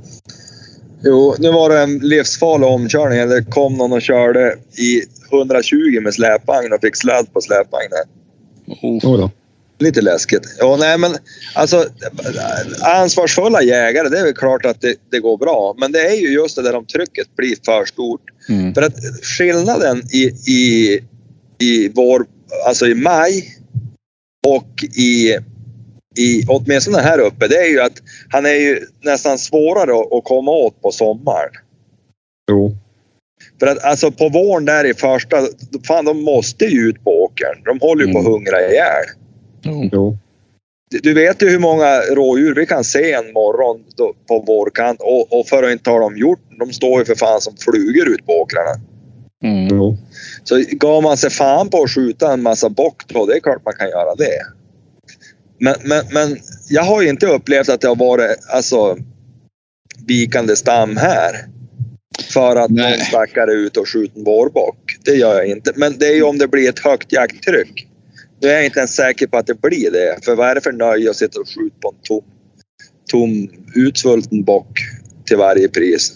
Jo, nu var det en livsfarlig omkörning. Det kom någon och körde i hundratjugo med släpvagn och fick sladd på släpvagnen. Oh. Lite läskigt. Ja, nej, men alltså ansvarsfulla jägare, det är väl klart att det, det går bra. Men det är ju just det där om trycket blir för stort. Mm. För att skillnaden i, i, i vår, alltså i maj och i, i åtminstone här uppe, det är ju att han är ju nästan svårare att, att komma åt på sommaren. Jo. För att alltså på våren där i första, fan de måste ju ut på åkern. De håller ju mm. på att hungra ihjäl. Jo. Du vet ju hur många rådjur vi kan se en morgon då, på vårkant. Och, och för att inte tala om hjort, de står ju för fan som flugor ut på åkrarna. Mm. Jo. Så gav man sig fan på att skjuta en massa bock då, det är klart man kan göra det. Men, men, men jag har ju inte upplevt att det har varit alltså vikande stam här. För att Nej. någon stackare ut och skjuter en vårbock. Det gör jag inte. Men det är ju om det blir ett högt jakttryck. Nu är jag inte ens säker på att det blir det. För vad är det för nöje att sitta och skjuta på en tom, tom utsvulten bock till varje pris?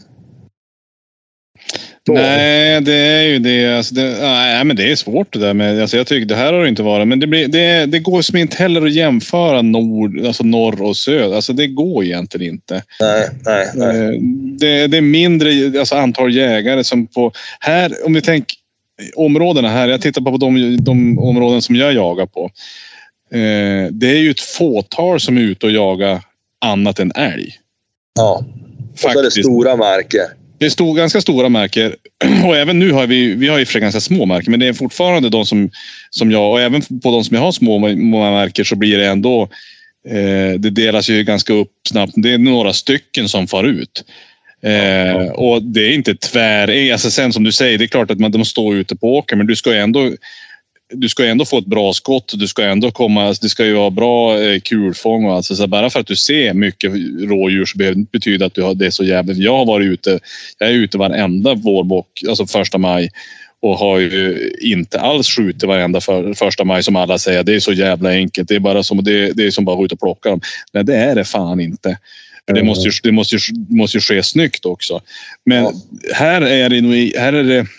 Så. Nej, det är ju det. Alltså det nej, men det är svårt det där med. Alltså jag tycker det här har det inte varit. Men det, blir, det, det går som inte heller att jämföra nord, alltså norr och söder. Alltså det går egentligen inte. Nej, nej, nej. Det, det är mindre alltså antal jägare som på... Här, om vi tänker områdena här. Jag tittar på de, de områden som jag jagar på. Eh, det är ju ett fåtal som är ute och jagar annat än älg. Ja, och så är det stora marker. Det är stor, ganska stora marker. Och även nu har vi, vi har ju för ganska små marker. Men det är fortfarande de som, som jag, och även på de som jag har små marker så blir det ändå, eh, det delas ju ganska upp snabbt. Det är några stycken som far ut. Eh, och det är inte tvär, alltså sen som du säger, det är klart att man de står ute på åker, men du ska ju ändå du ska ändå få ett bra skott, du ska ändå komma, det ska ju vara bra eh, kulfång och alltså, så bara för att du ser mycket rådjur så behöver det inte betyda att du har det är så jävligt. Jag har varit ute, jag är ute varenda vårbock, alltså första maj och har ju inte alls skjutit varenda för, första maj som alla säger, det är så jävla enkelt, det är bara som det, det är som bara att gå ut och plocka dem. Nej, det är det fan inte. Det måste ju, det måste ju, måste ju ske snyggt också. Men ja. här är det nog, här är det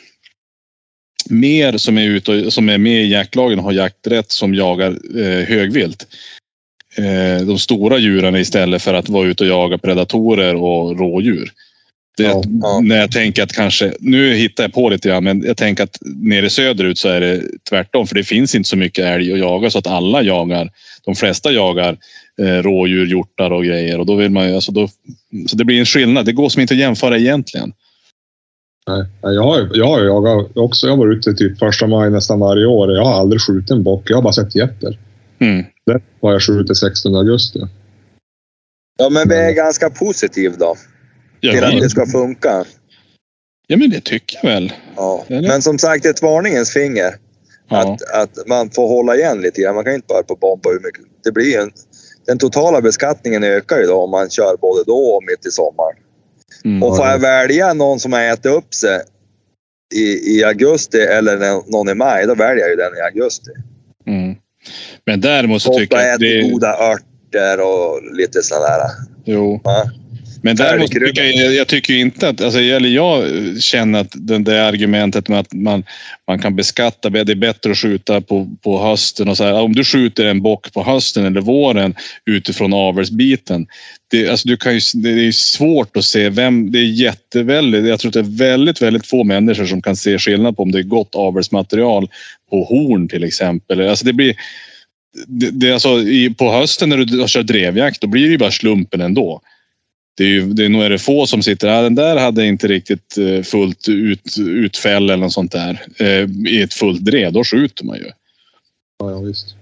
mer som är ute som är med i jaktlagen och har jakträtt som jagar eh, högvilt. Eh, de stora djuren istället för att vara ute och jaga predatorer och rådjur. Det, ja. Ja. När jag tänker att kanske, nu hittar jag på lite grann, men jag tänker att nere söderut så är det tvärtom, för det finns inte så mycket älg att jaga så att alla jagar, de flesta jagar eh, rådjur, hjortar och grejer och då vill man ju, alltså då, så det blir en skillnad, det går som inte att jämföra egentligen. Nej, jag har jag har jagat också, jag var ute typ första maj nästan varje år, jag har aldrig skjutit en bock, jag har bara sett getter. Mm. Det var jag skjutit sextonde augusti. Ja, men vi är ganska positiv då. Ja, till att det ska funka. Ja, men det tycker jag väl. Ja. Men som sagt, ett varningens finger. Ja. Att, att man får hålla igen lite grann. Man kan inte bara på bomba hur mycket. Det blir en, den totala beskattningen ökar ju då om man kör både då och mitt i sommaren. Mm, och får jag välja någon som har ätit upp sig i, i augusti eller någon i maj, då väljer jag ju den i augusti. Mm. Men däremot så tycker jag att det är goda örter och lite sådär. Jo. Ja. Men däremot tycker jag, jag tycker inte att, alltså, eller jag känner att det där argumentet med att man, man kan beskatta, det är bättre att skjuta på, på hösten och så här, om du skjuter en bock på hösten eller våren utifrån avelsbiten, det, alltså, du kan ju, det är svårt att se vem, det är jätteväldigt, jag tror att det är väldigt, väldigt få människor som kan se skillnad på om det är gott avelsmaterial på horn till exempel. Alltså det blir, det, det är alltså i, på hösten när du kör drevjakt, då blir det ju bara slumpen ändå. Det är ju, det är nog är det få som sitter här. Den där hade inte riktigt fullt ut, utfäll eller något sånt där. Eh, I ett fullt drev, då skjuter man ju. Ja, ja visst.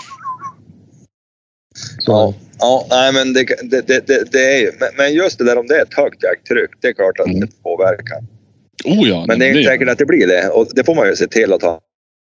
Ja, ja, nej men det, det, det, det är ju, men just det där om det är ett högt jakttryck, det är klart att mm. det påverkar. Oh ja, men det är inte säkert att det blir det, och det får man ju se till att ha.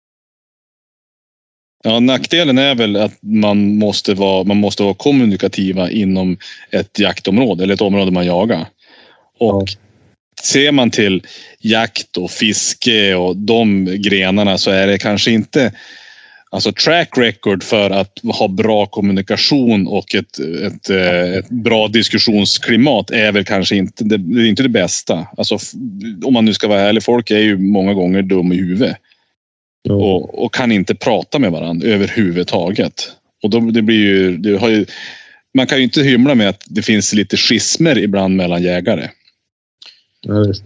Ja, nackdelen är väl att man måste vara, man måste vara kommunikativa inom ett jaktområde eller ett område man jagar. Och ja. Ser man till jakt och fiske och de grenarna så är det kanske inte, alltså track record för att ha bra kommunikation och ett, ett, ett bra diskussionsklimat är väl kanske inte det, det är inte det bästa. Alltså om man nu ska vara ärlig, folk är ju många gånger dum i huvudet. Och, och kan inte prata med varandra överhuvudtaget. Och då, det blir ju, det har ju, man kan ju inte hymla med att det finns lite schismer ibland mellan jägare. Ja, visst.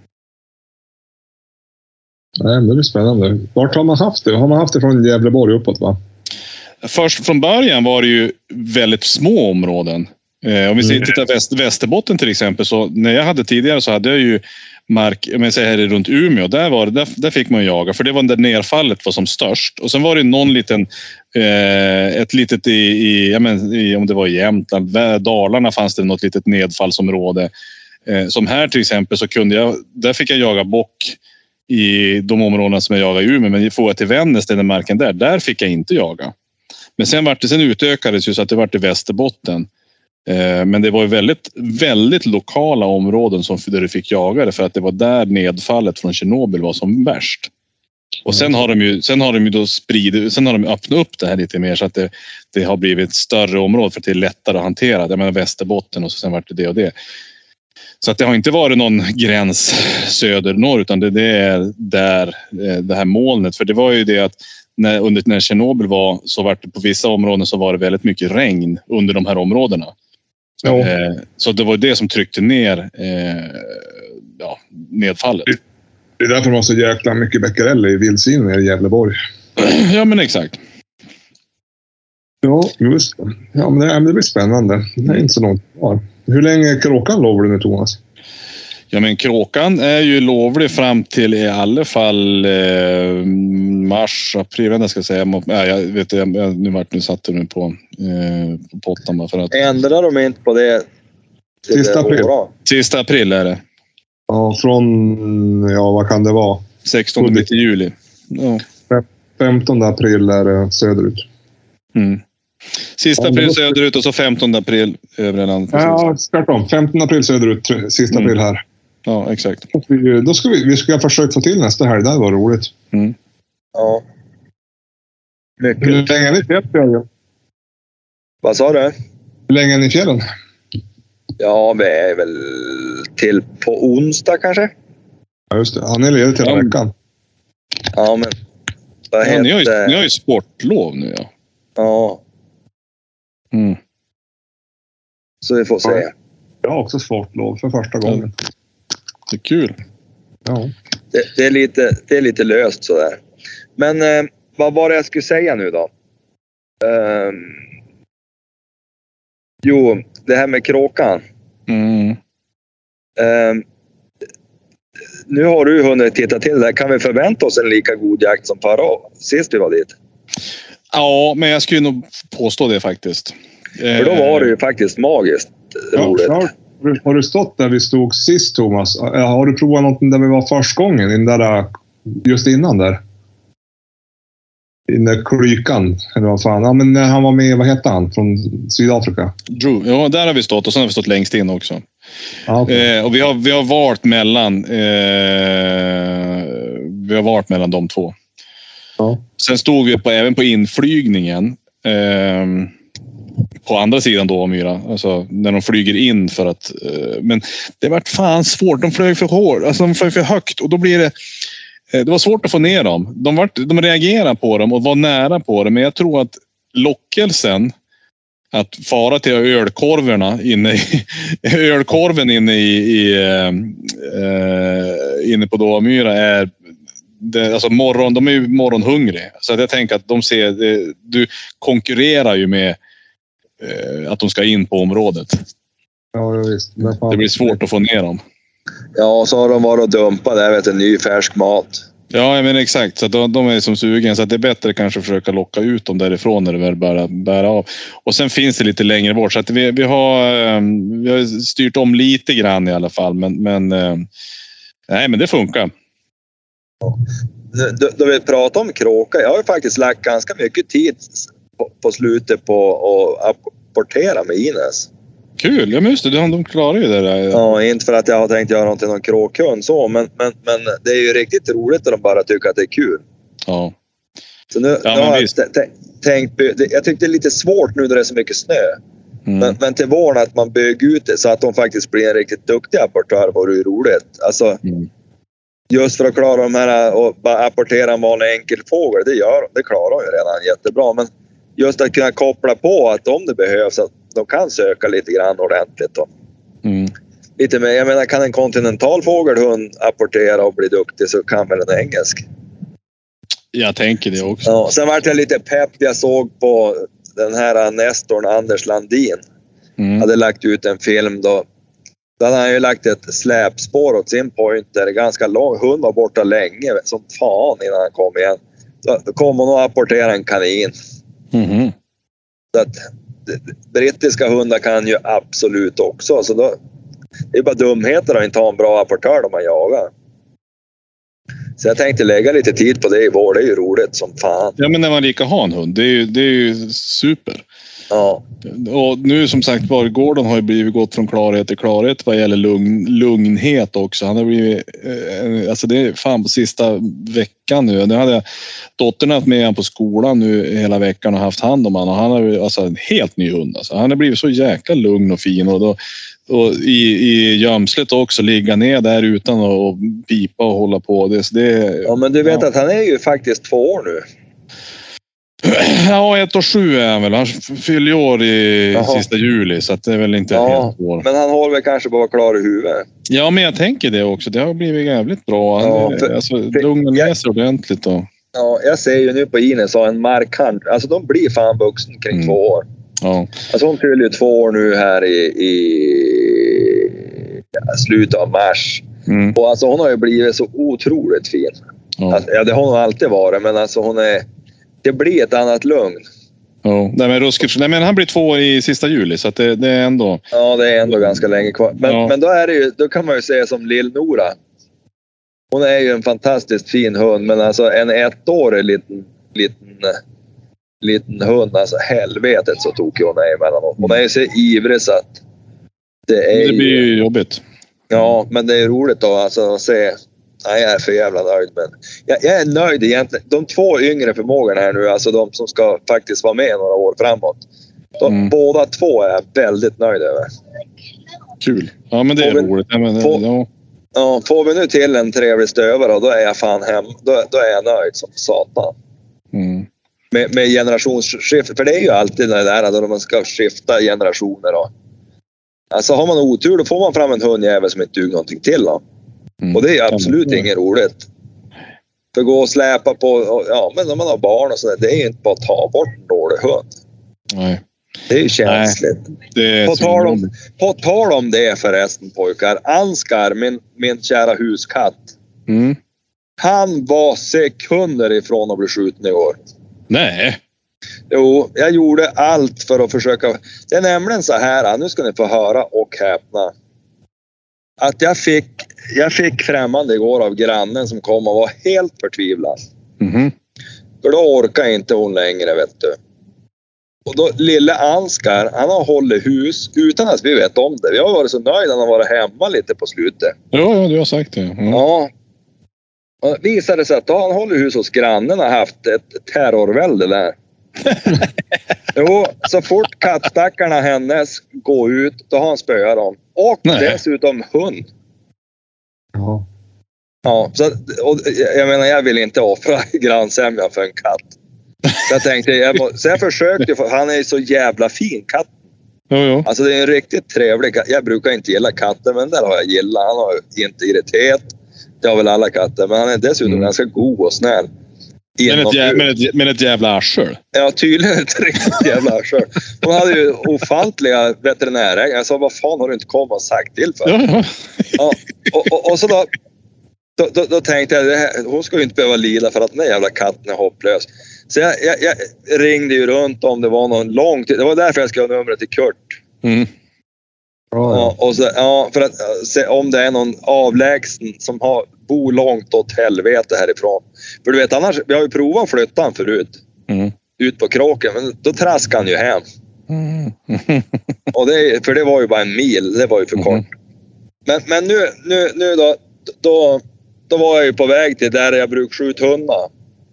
Nej, det blir spännande. Vart har man haft det? Har man haft det från Gävleborg uppåt, va? Först från början var det ju väldigt små områden. Eh, om vi mm. tittar väst, Västerbotten till exempel, så när jag hade tidigare så hade jag ju mark, om jag säger här runt Umeå, där, var det, där, där fick man jaga, för det var där nerfallet var som störst. Och sen var det någon liten, eh, ett litet i, i, ja, men, i, om det var i Jämtland, Dalarna fanns det något litet nedfallsområde. Eh, som här till exempel så kunde jag, där fick jag jaga bock i de områdena som jag jagade i Umeå, men får jag till Vännäs, den marken där, där fick jag inte jaga. Men sen, var det, sen utökades ju så att det var i Västerbotten. Men det var ju väldigt, väldigt lokala områden som, där du fick jaga det, för att det var där nedfallet från Tjernobyl var som värst. Och sen har de ju, sen har de ju då spridit, sen har de öppnat upp det här lite mer så att det, det har blivit ett större område för att det är lättare att hantera. Jag menar Västerbotten och så sen vart det det och det. Så att det har inte varit någon gräns söder-norr, utan det, det är där det här molnet. För det var ju det att när, under när Tjernobyl var, så var det på vissa områden så var det väldigt mycket regn under de här områdena. Ja. Eh, så det var det som tryckte ner eh, ja, nedfallet. Det är därför man har så jäkla mycket bäckereller i vildsvin i Gävleborg. Ja, men exakt. Ja, just det. Ja, men det, det blir spännande. Det är inte så långt kvar. Hur länge är kråkan lovlig nu, Thomas? Ja, men kråkan är ju lovlig fram till i alla fall eh, mars, april, vad ska jag säga. Ja, jag vet jag, nu vart nu satt nu på, eh, på pottan bara för att... Ändrar de inte på det? Sista april. Sista april är det. Ja, från, ja vad kan det vara? sextonde till juli. Ja. femtonde april är det söderut. Mm. Sista april ja, söderut och så femtonde april övre landet. Ja, tvärtom. femtonde april söderut, sista mm. april här. Ja, exakt. Då ska vi, vi ska försöka få till nästa helg. Det var roligt. Mm. Ja. Mycket. Hur länge är ni i fjällen? Vad sa du? Hur länge är ni i fjällen? Ja, vi är väl till på onsdag kanske. Ja, just det. Han är ledig till ja. veckan. Ja, men... Ja, heter... ni, har ju, ni har ju sportlov nu, ja. Ja. Mm. Så vi får se. Ja. Jag har också sportlov för första gången. Ja. Det är kul. Ja. Det, det, är lite, det är lite löst sådär. Men eh, vad var det jag skulle säga nu då? Eh, jo, det här med kråkan. Mm. Eh, nu har du hunnit titta till det. Kan vi förvänta oss en lika god jakt som förra sist vi var dit? Ja, men jag skulle nog påstå det faktiskt. För då var det ju faktiskt magiskt roligt. Ja, har du stått där vi stod sist, Thomas? Har du provat något där vi var första gången? Den där, just innan där? I den där klykan. Eller vad fan. Ja, men när han var med, vad hette han? Från Sydafrika. Drew. Ja, där har vi stått. Och sen har vi stått längst in också. Ah, okay. eh, och vi har, vi har varit mellan eh, vi har varit mellan de två. Ja. Sen stod vi på, även på inflygningen. Eh, på andra sidan Dåvamyra. Alltså när de flyger in för att... Eh, men det vart fan svårt. De flög för hårt. Alltså de flög för högt. Och då blir det... Eh, det var svårt att få ner dem. De, vart, de reagerade på dem och var nära på det. Men jag tror att lockelsen att fara till ölkorvarna inne i... ölkorven inne i... i eh, inne på Dåvamyra är... Det, alltså morgon, de är ju morgonhungriga. Så att jag tänker att de ser... Det, du konkurrerar ju med... att de ska in på området. Ja, visst. Men fan, det blir svårt att få ner dem. Ja, så har de varit och dumpat där, vet du, ny färsk mat. Ja, men exakt. Så de, de är som sugen. Så att det är bättre kanske att försöka locka ut dem därifrån när det väl börjar bära av. Och sen finns det lite längre bort. Så att vi, vi, har, vi har styrt om lite grann i alla fall. Men, men, nej, men det funkar. Då, då vi pratar om kråka. Jag har ju faktiskt lagt ganska mycket tid på, på slutet på att apportera med Ines. Kul, ja men just det, de klarar ju det där. Ja, inte för att jag har tänkt göra någonting någon kråkhund så, men, men, men det är ju riktigt roligt att de bara tycker att det är kul. Ja. Så nu, ja, nu har jag t- tänkt, jag tyckte det är lite svårt nu när det är så mycket snö. Mm. Men, men till våren att man bygger ut det så att de faktiskt blir en riktigt duktig apportör var det ju roligt. Alltså, mm. just för att klara de här och bara apportera en vanlig enkel fågel, det gör de, det klarar de ju redan jättebra. Men just att kunna koppla på att om det behövs att de kan söka lite grann ordentligt då. Mm. Lite mer, jag menar kan en kontinental fågelhund apportera och bli duktig så kan väl en engelsk. Jag tänker det också. Ja, sen var jag lite pepp, jag såg på den här Nestorn Anders Landin. Mm. Hade lagt ut en film då. Då hade han ju lagt ett släpspår åt sin pointer, ganska lång, hund var borta länge som fan innan han kom igen. Då kom hon och apporterade en kanin. Mm. Så att brittiska hundar kan ju absolut också. Så då, det är bara dumheter att inte ha en bra apportör när man jagar. Så jag tänkte lägga lite tid på det i vår. Det är ju roligt som fan. Ja, men när man lika har en hund, det är ju, det är ju super. Ja. Och nu som sagt var, Gordon har ju blivit gått från klarhet till klarhet vad gäller lugn, lugnhet också. Han har blivit, eh, alltså det är fan på sista veckan nu. Nu hade jag dottern haft med honom på skolan nu hela veckan och haft hand om honom. Och han har alltså en helt ny hund. Alltså. Han har blivit så jäkla lugn och fin och då och i, i gömslet också ligga ner där utan att pipa och hålla på. Det, det, ja, men du vet ja. Att han är ju faktiskt två år nu. Ja, ett och sju är han väl. Han fyller år i Jaha. sista juli så att det är väl inte ja, helt år. Men han håller väl kanske bara klar i huvudet. Ja, men jag tänker det också. Det har blivit jävligt bra. Han ja, för, alltså, lugnar ner sig ordentligt. Och... Ja, jag ser ju nu på Ines har en markant. Alltså de blir fan vuxen kring mm. två år. Ja. Alltså hon fyller ju två år nu här i, i ja, slutet av mars. Mm. Och alltså hon har ju blivit så otroligt fin. Ja, alltså, ja det har hon alltid varit. Men alltså hon är... Det blir ett annat lugn. Ja, nej men ruskigt. Nej men han blir två år i sista juli så att det, det är ändå... Ja, det är ändå ganska länge kvar. Men, ja. men då är det ju, då kan man ju säga som Lill-Nora. Hon är ju en fantastiskt fin hund, men alltså en ettårig liten, liten, liten hund, alltså helvetet så tokig hon är emellanåt. Hon är ju så ivrig så att det är Det blir ju jobbigt. Ja, men det är roligt då alltså att se. Nej, jag är för jävla nöjd. Men jag, jag är nöjd egentligen. De två yngre förmågorna här nu, alltså de som ska faktiskt vara med några år framåt. De, mm. Båda två är jag väldigt nöjd över. Kul. Ja, men det är vi, roligt. Ja, men, får, ja. Ja, får vi nu till en trevlig stövare och då är jag fan hem. Då, då är jag nöjd som satan. Mm. Med, med generationsskifte. För det är ju alltid det där då man ska skifta generationer. Då. Alltså har man otur då får man fram en hundjävel som inte duger någonting till då. Mm. Och det är absolut mm. inget roligt. För gå och släpa på, ja men när man har barn och sådär, det är ju inte bara att ta bort en dålig hund. Nej. Det är ju känsligt. Nej, på, tal om, på tal om det förresten pojkar, Anskar, min, min kära huskatt. Mm. Han var sekunder ifrån att bli skjuten i år. Nej. Jo, jag gjorde allt för att försöka. Det är nämligen så här, nu ska ni få höra och häpna. Att jag fick, jag fick främmande igår av grannen som kom och var helt förtvivlad. Mm. För då orkar inte hon längre, vet du. Och då, lille Anskar, han har hållit hus utan att vi vet om det. Vi har varit så nöjda att han har varit hemma lite på slutet. Ja, ja du har sagt det. Mm. Ja. Och det visade sig att då han håller hus hos grannen och haft ett terrorvälde där. Jo, så fort kattstackarna hennes går ut, då har han spöat dem. Och Nej. dessutom hund. Ja. Ja, så, och jag menar, jag vill inte offra grannsämjan för en katt. Så jag tänkte, jag må, så jag försökte, för han är ju så jävla fin, katt. Jo, jo. Alltså det är en riktigt trevlig katt. Jag brukar inte gilla katter, men där har jag gillat. Han har integritet. Det har väl alla katter, men han är dessutom mm. ganska god och snäll. Men ett, jä- men, ett, men ett jävla arsel. Ja, tydligen ett riktigt jävla arsel. Hon hade ju ofantliga veterinärägare. Jag sa, vad fan har du inte kommit och sagt till för? Ja, ja. Ja, och, och, och så då, då, då, då tänkte jag, det här, hon ska ju inte behöva lida för att den där jävla katten är hopplös. Så jag, jag, jag ringde ju runt om det var någon lång tid. Det var därför jag skrev numret till Kurt. Mm. Bra, ja. Ja, och så, ja, för att se om det är någon avlägsen som har bor långt åt helvete härifrån. För du vet, annars, vi har ju provat att flytta han förut. Mm. Ut på kråken, men då traskade han ju hem. Mm. Och det, för det var ju bara en mil, det var ju för kort. Mm. Men, men nu, nu, nu då, då, då var jag ju på väg till där jag brukar skjuta hundar.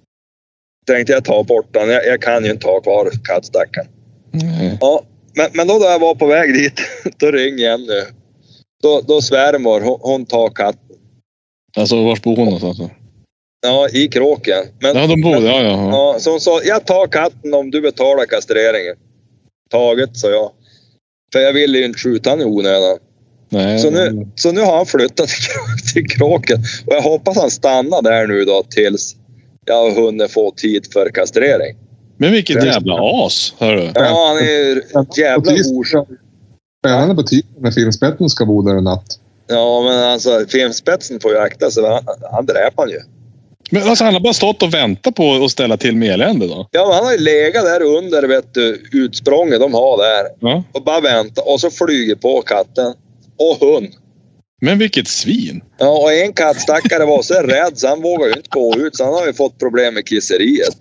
Tänkte jag ta bort den, jag, jag kan ju inte ha kvar kattstacken. Mm. Ja, men, men då då jag var på väg dit, då ringer jag nu. Då, då svärmor, hon, hon tar katten. Alltså, vart bor hon någonstans? Ja, i kråken. Men, Ja, de bor men, ja, ja. ja, så hon sa, jag tar katten om du betalar kastreringen. Taget, sa jag. För jag ville ju inte skjuta han i onödan. Nej, Så nu, så nu har han flyttat till, till kråken. Och jag hoppas han stannar där nu då tills jag har hunnit få tid för kastrering. Men vilket jävla as, hörru. Ja, han är ju jävla orsak. Spännande på tiden när filmspetten ska bo där en natt. Ja, men alltså filmspetsen får ju akta sig. Han, han dräper han ju. Men alltså, han har bara stått och väntat på att ställa till med elände då? Ja, men han har ju legat där under, vet du, utsprånget de har där. Ja. Och bara vänta. Och så flyger på katten. Och hund. Men vilket svin. Ja, och en kattstackare var så rädd så han vågar ju inte gå ut. Så han har ju fått problem med kisseriet.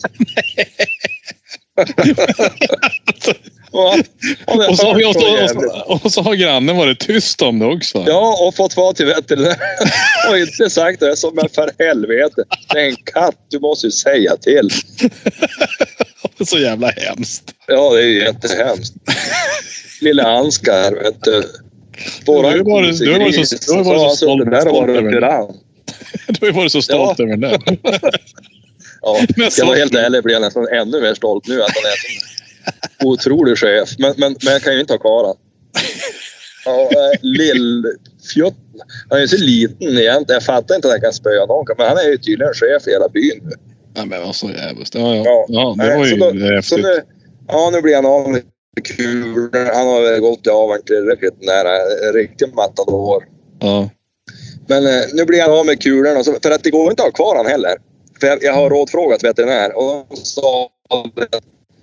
Ja, och, och, så, och, så, och, så, och så har grannen varit tyst om det också. Ja, och fått vara till veterinär. Och inte sagt det. Så, men för helvete. Det är en katt, du måste ju säga till. Så jävla hemskt. Ja, det är ju jättehemskt. Lilla Anskar, vet du. Våran du har varit, du har varit så, du har varit så stolt, det där stolt var över det. Du har varit så stolt Ja. över det. Ja, Men jag var så- helt ärlig, blir jag nästan ännu mer stolt nu att han är så otrolig chef. Men, men, men jag kan ju inte ha kvar han. Ja, äh, Lill-fjutt. Han är ju så liten egentligen. Jag fattar inte att han kan spöa någon. Men han är ju tydligen chef i hela byn nu. Ja, men vad så jävligt. Ja, ja. Ja. ja, det Nej, var ju så då, så häftigt. nu, ja, nu blir han av med kulor. Han har väl gått i avan tillräckligt nära. Riktigt matador. Ja. Men eh, nu blir han av med kulorna. Så, för att det går inte att ha kvar han heller. För jag, jag har rådfrågat veterinär. Och de sa att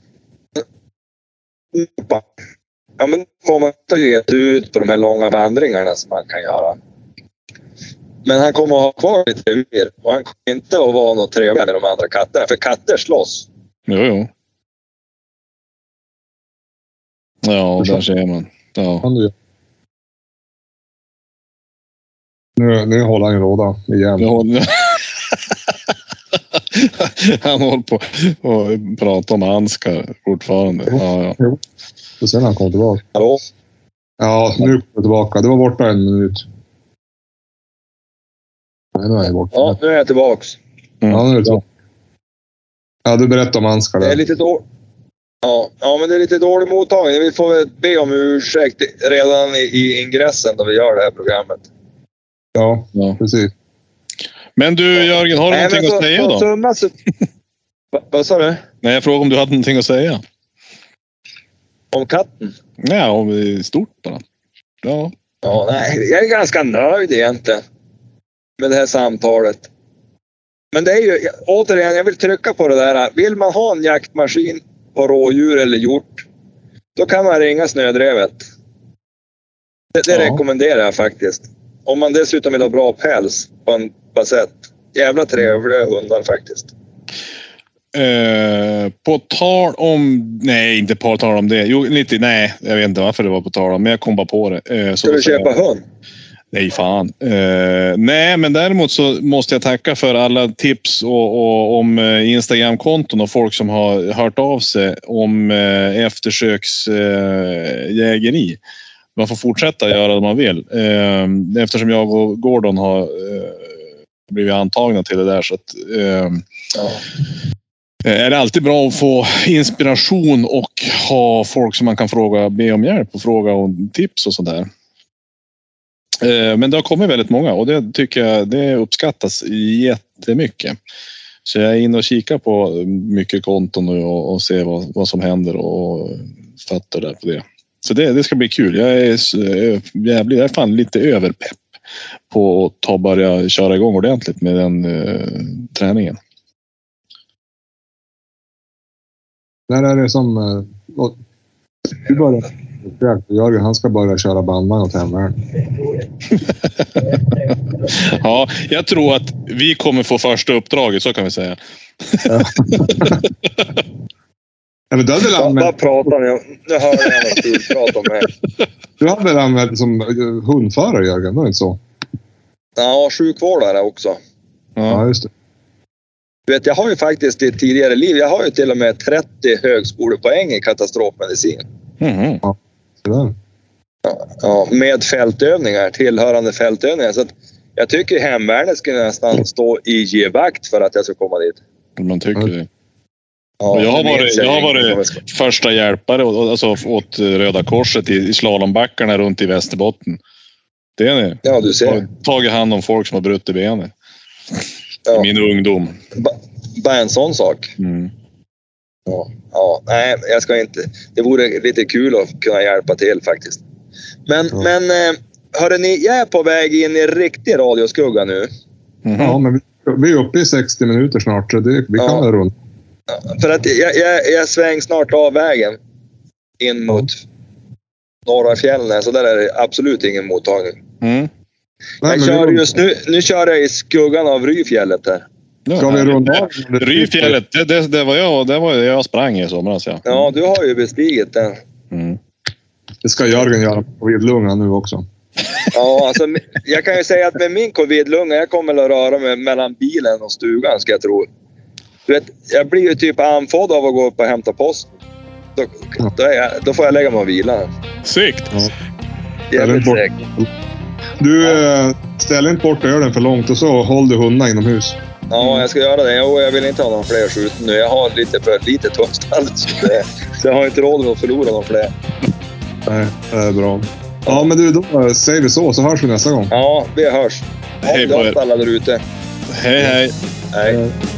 ja, men kommer man inte ge ut på de här långa vandringarna som man kan göra. Men han kommer att ha kvar lite revir. Och han kommer inte att vara något trevligare med de andra katterna. För katter slåss. Jo, jo. Ja, där ser man. Ja. Kan du... Nu, nu håller han ju råda igen. Jag håller... Han håller på och pratar om Anskar fortfarande. Ja, ja. Jo. Och sen han kom tillbaka. Hallå? Ja, nu kom jag tillbaka. Det var borta en minut. Nej, nu är jag borta. Ja, nu är jag tillbaks. Mm. Ja, nu är det så. Ja, du berättade om Anskar Det är där. lite dåligt. Ja, ja, men det är lite dålig mottagning. Vi får väl be om ursäkt redan i, i ingressen då vi gör det här programmet. Ja, Ja. precis. Men du Jörgen, har du Nej, någonting men att säga så, då? Summa, så, Va, vad sa du? Nej, jag frågade om du hade någonting att säga. Om katten? Nej, om i stort bara. Ja. Ja, nej, jag är ganska nöjd egentligen med det här samtalet. Men det är ju, återigen, jag vill trycka på det där. Vill man ha en jaktmaskin på rådjur eller hjort, då kan man ringa Snödrevet. Det, det Ja. rekommenderar jag faktiskt. Om man dessutom vill ha bra päls på en basett. Jävla trevliga hundar faktiskt. Eh, på tal om... Nej, inte på tal om det. Jo, lite... Nej, jag vet inte varför det var på tal om. Men jag kom bara på det. Eh, så Ska du så- köpa hund? Nej, fan. Eh, nej, men däremot så måste jag tacka för alla tips och, och om Instagram-konton och folk som har hört av sig om eh, eftersöksjägeri. Eh, man får fortsätta göra det man vill. Eh, eftersom jag och Gordon har eh, blivit antagna till det där, så att eh, ja. Är det alltid bra att få inspiration och ha folk som man kan fråga, be om hjälp och fråga om tips och sådär. Men det har kommit väldigt många och det tycker jag det uppskattas jättemycket. Så jag är inne och kikar på mycket konton nu och, och ser vad, vad som händer och fattar där på det. Så det, det ska bli kul. Jag är, jag blir, jag är fan lite överpepp på att ta börja köra igång ordentligt med den uh, träningen. När är det som... Uh, du börjar... Jörgen, han ska börja köra bandvagn åt hemvärn. Ja, jag tror att vi kommer få första uppdraget, så kan vi säga. Ja. Ja, men du hade väl anmält... Vad pratar ni om? Nu hör jag något kul prat om mig. Du hade väl anmält som hundförare, Jörgen? Var det inte så? Ja, sjukvårdare också. Ja, ja just det. Du vet, jag har ju faktiskt i ett tidigare liv, jag har ju till och med trettio högskolepoäng i katastrofmedicin. Mm. Ja. Ja, ja, med fältövningar, tillhörande fältövningar. Så att jag tycker hemvärnet skulle nästan stå i gevakt för att jag ska komma dit. Man tycker det. Ja, och jag har varit, jag har varit första hjälpare alltså, åt Röda Korset i, i slalombackarna runt i Västerbotten. Det är det. Ja, du ser. Jag har tagit hand om folk som har brutit benet. Ja. I min ungdom. Ba- bara en sån sak. Mm. Ja, ja, nej, jag ska inte. Det vore lite kul att kunna hjälpa till faktiskt. Men, ja. men hörrni, jag är på väg in i riktig radioskugga nu. Mm-hmm. Ja, men vi, vi är uppe i sextio minuter snart, så det, vi kan ja. vara runt. Ja, för att jag, jag, jag sväng snart av vägen in mot ja. norra fjällen, så där är det absolut ingen mottagning. Mm. Jag Nej, kör just nu, nu kör jag i skuggan av Ryfjället här. Ska vi runda? Ryfjället, det, det, det var jag, det var jag sprang i somras, ja. Ja, du har ju bestigit den. Mm. Det ska Jörgen göra på covidlunga nu också. Ja, alltså jag kan ju säga att med min covidlunga, jag kommer att röra mig mellan bilen och stugan, ska jag tro. Du vet, jag blir ju typ anfodd av att gå upp och hämta post. Då, ja. då, är jag, då får jag lägga mig och vila. Sikt! Ja. Jävligt bort... säkert. Du, ja. ställ inte bort och gör den för långt och så håll du hundarna inomhus. Ja, jag ska göra det. Jo, jag vill inte ha någon fler skjuten nu. Jag har lite för lite tunnstall, så, så jag har inte råd att förlora någon fler. Nej, det är bra. Ja, men du, då säger vi så, så hörs vi nästa gång. Ja, vi hörs. Hej på er. Alla där ute. Hej, hej. Hej.